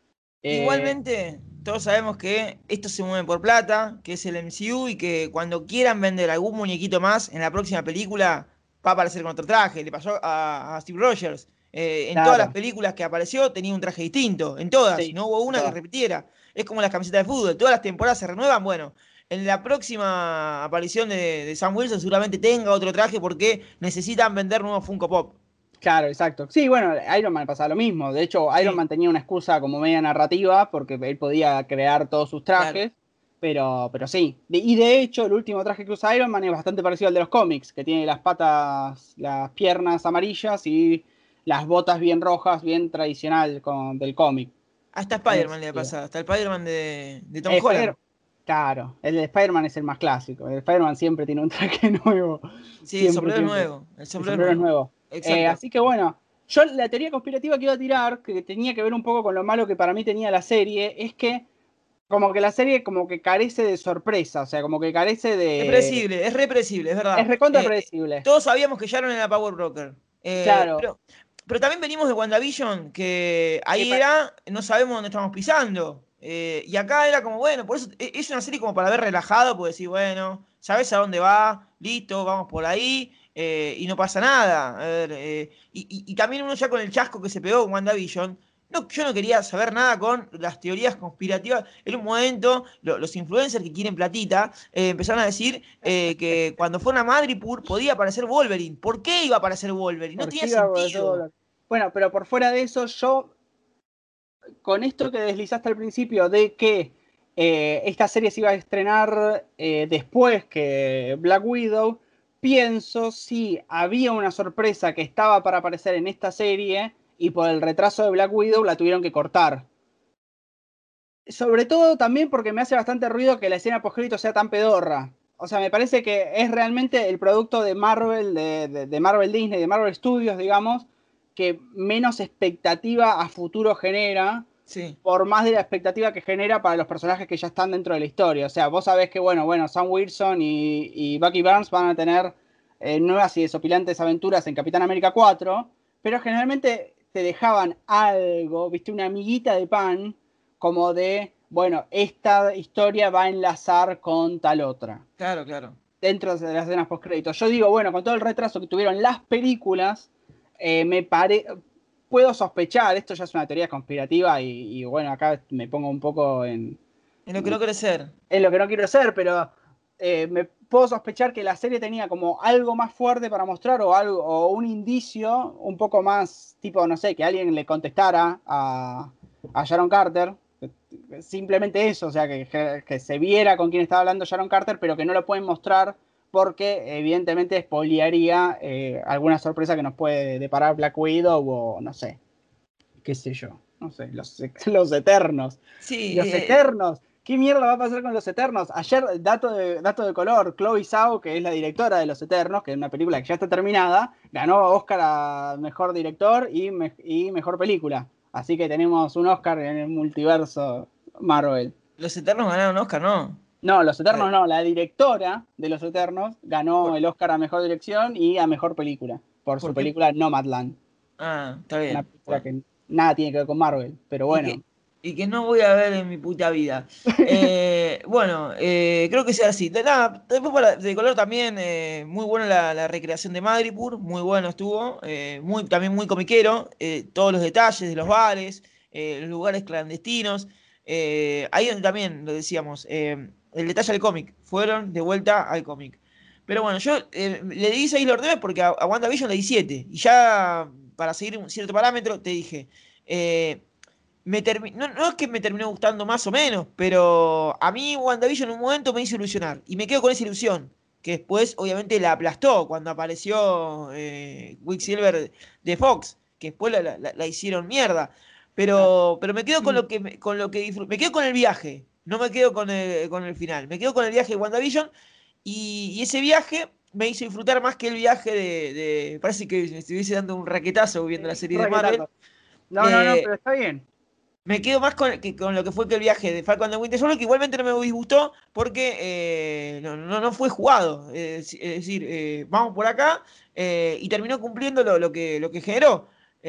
B: Eh,
A: Igualmente, todos sabemos que esto se mueve por plata, que es el M C U y que cuando quieran vender algún muñequito más en la próxima película va a aparecer con otro traje. Le pasó a, a Steve Rogers. Eh, en todas las
B: claro,
A: películas que apareció tenía un traje distinto, en todas,
B: sí,
A: no hubo
B: en
A: una que
B: todas.
A: repitiera. Es como las camisetas de fútbol, todas las temporadas se renuevan. Bueno, en la próxima aparición de, de Sam Wilson seguramente tenga otro traje porque necesitan vender nuevos Funko Pop.
B: Claro, exacto. Sí, bueno, Iron Man pasaba lo mismo. De hecho, Iron
A: Sí,
B: Man tenía una excusa como media narrativa, porque él podía crear todos sus
A: claro.
B: trajes, pero, pero sí. De- y de hecho, el último traje que usa Iron Man es bastante parecido al de los cómics, que tiene las patas, las piernas amarillas y las botas bien rojas, bien tradicional con, del cómic.
A: Hasta
B: En ese
A: Spider-Man le ha
B: sentido.
A: pasado, hasta el Spider-Man de, de Tom
B: Eh,
A: Holland.
B: Spider- claro, el de Spider-Man es el más clásico. El de Spider-Man siempre tiene un traje nuevo.
A: Sí, el
B: Siempre,
A: sombrero es
B: siempre.
A: nuevo. El
B: El
A: sombrero es
B: sombrero es
A: nuevo.
B: nuevo. Eh,
A: Exacto.
B: así que bueno, yo la teoría conspirativa que iba a tirar, que tenía que ver un poco con lo malo que para mí tenía la serie, es que como que la serie como que carece de sorpresa, o sea, como que carece
A: Es
B: de...
A: predecible, es repredecible, es
B: Es
A: verdad.
B: recontra
A: Eh, eh,
B: predecible.
A: todos sabíamos que Sharon era Power Broker. Eh,
B: Claro.
A: pero, pero también venimos de WandaVision, que
B: eh,
A: ahí
B: pa-
A: era, no sabemos dónde estamos pisando. Eh, y acá era como, bueno, por eso e- es una serie como para ver relajado, porque decir, bueno, sabes a dónde va, listo, vamos por ahí, eh, y no pasa nada. A ver, eh, y, y- y también uno ya con el chasco que se pegó con WandaVision, no, yo no quería saber nada con las teorías conspirativas. En un momento, lo- los influencers que quieren platita eh, empezaron a decir eh, que cuando fueron a Madripoor podía aparecer Wolverine. ¿Por qué iba a aparecer Wolverine? No
B: ¿Por
A: tenía
B: qué iba a ser
A: sentido.
B: dólar? Bueno, pero por fuera de eso, yo con esto que deslizaste al principio de que eh, esta serie se iba a estrenar eh, después que Black Widow, pienso si había una sorpresa que estaba para aparecer en esta serie y por el retraso de Black Widow la tuvieron que cortar. Sobre todo también porque me hace bastante ruido que la escena postcrédito sea tan pedorra. O sea, me parece que es realmente el producto de Marvel, de, de, de Marvel Disney, de Marvel Studios, digamos, que menos expectativa a futuro genera,
A: Sí.
B: por más de la expectativa que genera para los personajes que ya están dentro de la historia. O sea, vos sabés que, bueno, bueno, Sam Wilson y, y Bucky Barnes van a tener eh, nuevas y desopilantes aventuras en Capitán América cuatro, pero generalmente te dejaban algo, viste, una amiguita de pan, como de, bueno, esta historia va a enlazar con tal otra.
A: Claro, claro.
B: Dentro de las escenas post-créditos. Yo digo, bueno, con todo el retraso que tuvieron las películas, eh, me pare... puedo sospechar, esto ya es una teoría conspirativa y, y bueno, acá me pongo un poco en,
A: En lo que no quiere ser.
B: en lo que no quiero ser, pero eh, me puedo sospechar que la serie tenía como algo más fuerte para mostrar o algo o un indicio un poco más tipo, no sé, que alguien le contestara a, a Sharon Carter. Simplemente eso, o sea, que, que se viera con quién estaba hablando Sharon Carter, pero que no lo pueden mostrar porque evidentemente spoilearía eh, alguna sorpresa que nos puede deparar Black Widow o no sé, qué sé yo, no sé, los, los Eternos.
A: Sí,
B: Los
A: eh,
B: Eternos. ¿Qué mierda va a pasar con Los Eternos? Ayer, dato de, dato de color, Chloe Zhao, que es la directora de Los Eternos, que es una película que ya está terminada, ganó Oscar a Mejor Director y, me, y Mejor Película. Así que tenemos un Oscar en el multiverso Marvel.
A: los Eternos ganaron Oscar, ¿no?
B: No, Los
A: A
B: Eternos
A: ver,
B: no, la directora de Los Eternos ganó
A: por,
B: el Oscar a Mejor Dirección y a Mejor Película por su
A: ¿por qué?
B: película Nomadland.
A: Ah, está
B: Una
A: bien.
B: película
A: Bueno.
B: que nada tiene que ver con Marvel, pero
A: Y que,
B: bueno.
A: y que no voy a ver en mi puta vida. Eh, bueno, eh, creo que sea así. De, nada, después para, de color también, eh, muy buena la, la recreación de Madripoor, muy bueno estuvo. Eh, muy, también muy comiquero. Eh, todos los detalles de los bares, eh, los lugares clandestinos. Eh, ahí donde también lo decíamos, eh, el detalle del cómic. Fueron de vuelta al cómic. Pero bueno, yo eh, le di seis Lord porque a, a WandaVision le di siete. Y ya para seguir un cierto parámetro, te dije. eh, me termi- no, no es que me terminó gustando más o menos, pero a mí WandaVision en un momento me hizo ilusionar. Y me quedo con esa ilusión, que después obviamente la aplastó cuando apareció eh, Quicksilver de Fox, que después la, la- la hicieron mierda. Pero, pero me quedo con lo que, me- con lo que disfr- me quedo con el viaje, no me quedo con el, con el final. Me quedo con el viaje de WandaVision y, y ese viaje me hizo disfrutar más que el viaje de, de- parece que me estuviese dando un raquetazo viendo la serie de Marvel.
B: Raquetazo. No, no, no,
A: Eh,
B: pero está bien.
A: Me quedo más con, que, con lo que fue que el viaje de Falcon de Winter Soldier, que igualmente no me disgustó porque eh, no, no, no fue jugado. Es, es decir, eh, vamos por acá eh, y terminó cumpliendo lo, lo que, lo que generó.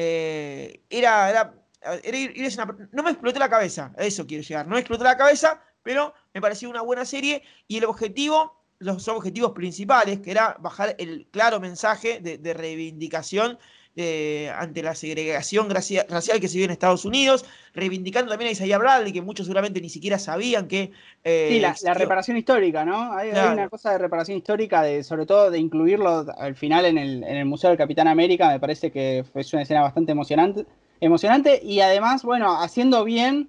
A: Eh, era, era, era ir- ir a una- no me explotó la cabeza, a eso quiero llegar. No me explotó la cabeza, pero me pareció una buena serie y el objetivo, los objetivos principales, que era bajar el claro mensaje de, de reivindicación eh, ante la segregación gracia- racial que se vive en Estados Unidos, reivindicando también a Isaiah Bradley, que muchos seguramente ni siquiera sabían que
B: Sí,
A: eh,
B: la, la
A: existió.
B: reparación histórica, ¿no? Hay, hay una
A: Claro,
B: cosa de reparación histórica, de, sobre todo de incluirlo al final en el, en el Museo del Capitán América, me parece que fue una escena bastante emocionante, emocionante y además, bueno, haciendo bien,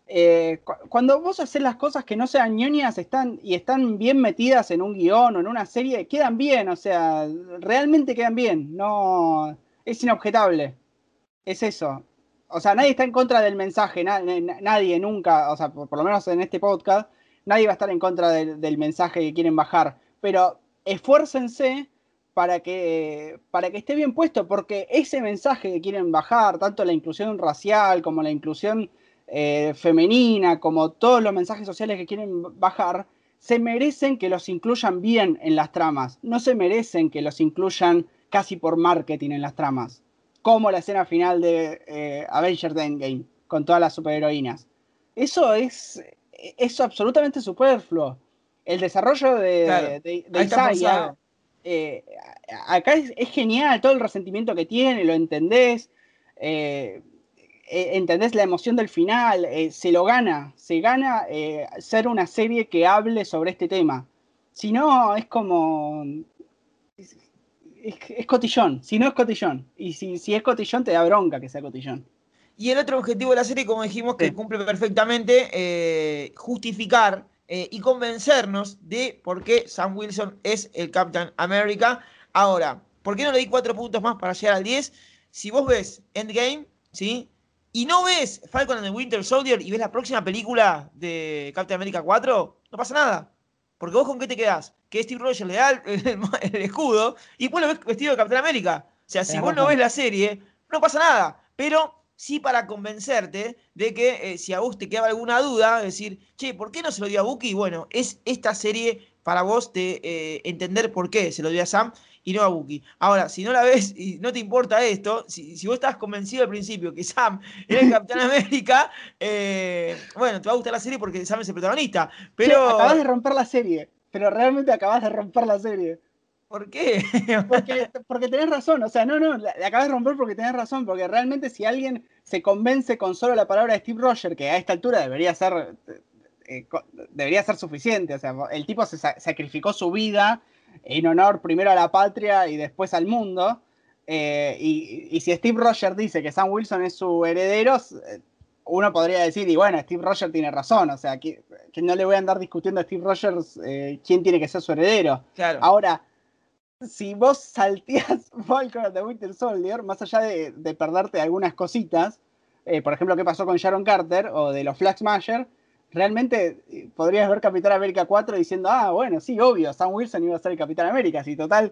B: eh, cu- cuando vos haces las cosas que no sean ñoñas están, y están bien metidas en un guión o en una serie, quedan bien, o sea, realmente quedan bien, no, es inobjetable. Es eso. O sea, nadie está en contra del mensaje, na- na- nadie nunca, o sea, por, por lo menos en este podcast, nadie va a estar en contra del, del mensaje que quieren bajar. Pero esfuércense para que, para que esté bien puesto, porque ese mensaje que quieren bajar, tanto la inclusión racial como la inclusión eh, femenina, como todos los mensajes sociales que quieren bajar, se merecen que los incluyan bien en las tramas. No se merecen que los incluyan casi por marketing en las tramas como la escena final de eh, Avengers Endgame, con todas las superheroínas. Eso es, es absolutamente superfluo. El desarrollo
A: claro.
B: de, de, de
A: Ahí está
B: Isaiah,
A: forzado.
B: eh, acá es, es, genial, todo el resentimiento que tiene, lo entendés, eh, eh, entendés la emoción del final, eh, se lo gana, se gana eh, ser una serie que hable sobre este tema. Si no, es como es, es, cotillón. Si no es cotillón. Y si, si es cotillón, te da bronca que sea cotillón.
A: Y el otro objetivo de la serie, como dijimos, que
B: Sí.
A: cumple perfectamente, eh, justificar eh, y convencernos de por qué Sam Wilson es el Captain America. Ahora, ¿por qué no le di cuatro puntos más para llegar al diez? si vos ves Endgame, ¿sí? Y no ves Falcon and the Winter Soldier y ves la próxima película de Captain America cuatro, no pasa nada. Porque vos con qué te quedás? Que Steve Rogers le da el, el- el escudo y después lo ves vestido de Capitán América. O sea, si
B: Tenés
A: vos no
B: razón.
A: ves la serie, no pasa nada. Pero sí para convencerte de que eh, si a vos te quedaba alguna duda, decir, che, ¿por qué no se lo dio a Bucky? Bueno, es esta serie para vos de eh, entender por qué se lo dio a Sam y no a Bucky. Ahora, si no la ves y no te importa esto, si, si vos estás convencido al principio que Sam era el Capitán América, eh, bueno, te va a gustar la serie porque Sam es el protagonista.
B: Che,
A: Pero,
B: acabas de romper la serie, pero realmente acabas de romper la serie.
A: ¿por qué?
B: Porque, porque tenés razón, o sea, no, no, la, la acabas de romper porque tenés razón, porque realmente si alguien se convence con solo la palabra de Steve Rogers, que a esta altura debería ser, eh, debería ser suficiente, o sea, el tipo se sa sacrificó su vida en honor primero a la patria y después al mundo, eh, y, y si Steve Rogers dice que Sam Wilson es su heredero, uno podría decir, y bueno, Steve Rogers tiene razón, o sea, que, que no le voy a andar discutiendo a Steve Rogers eh, quién tiene que ser su heredero.
A: Claro.
B: Ahora, si vos salteás Falcon and the Winter Soldier, más allá de, de perderte algunas cositas, eh, por ejemplo, qué pasó con Sharon Carter o de los Flag Smasher, realmente eh, podrías ver Capitán América cuatro diciendo, ah, bueno, sí, obvio, Sam Wilson iba a ser el Capitán América, si total,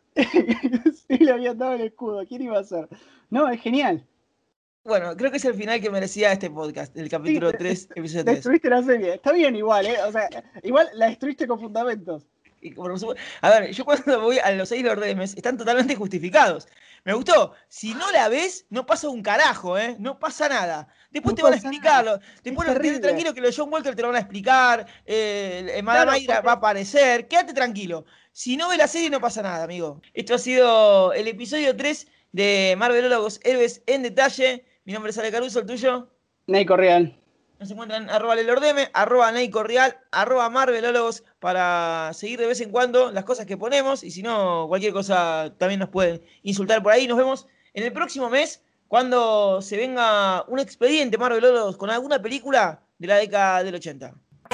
B: sí le habían dado el escudo, ¿quién iba a ser? No, es genial.
A: Bueno, creo que es el final que merecía este podcast, el
B: Sí,
A: capítulo tres, episodio tres.
B: destruiste la serie. Está bien igual, ¿eh? O sea, igual la destruiste con fundamentos.
A: Y por supuesto- a ver, yo cuando voy a los seis Lordemes están totalmente justificados. Me gustó. Si no la ves, no pasa un carajo, ¿eh? No pasa nada. Después
B: No
A: te van a
B: pasa nada.
A: explicarlo.
B: Es
A: Después quédate
B: terrible.
A: tranquilo que los John Walker te lo van a explicar. Eh, Madame
B: Claro,
A: Hydra va a
B: porque
A: aparecer. Quédate tranquilo. Si no ves la serie, no pasa nada, amigo. Esto ha sido el episodio tres de Marvelólogos Héroes en Detalle. Mi nombre es Ale Caruso, el tuyo.
B: Neiko Real.
A: Nos encuentran en arroba lelordeme, arroba neicorreal, arroba marvelólogos para seguir de vez en cuando las cosas que ponemos y si no, cualquier cosa también nos pueden insultar por ahí. Nos vemos en el próximo mes cuando se venga un expediente Marvelólogos con alguna película de la década del ochenta.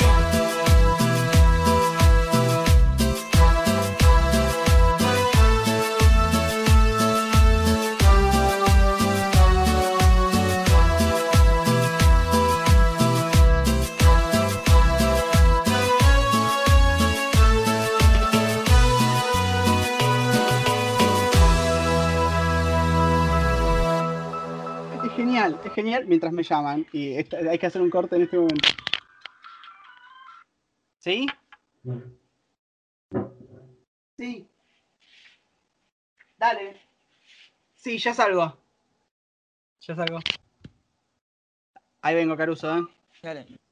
B: Es genial, es genial mientras me llaman. Y esta- hay que hacer un corte en este momento. ¿Sí? Sí. Dale. Sí, ya salgo. Ya salgo. Ahí vengo, Caruso, ¿eh?
A: Dale.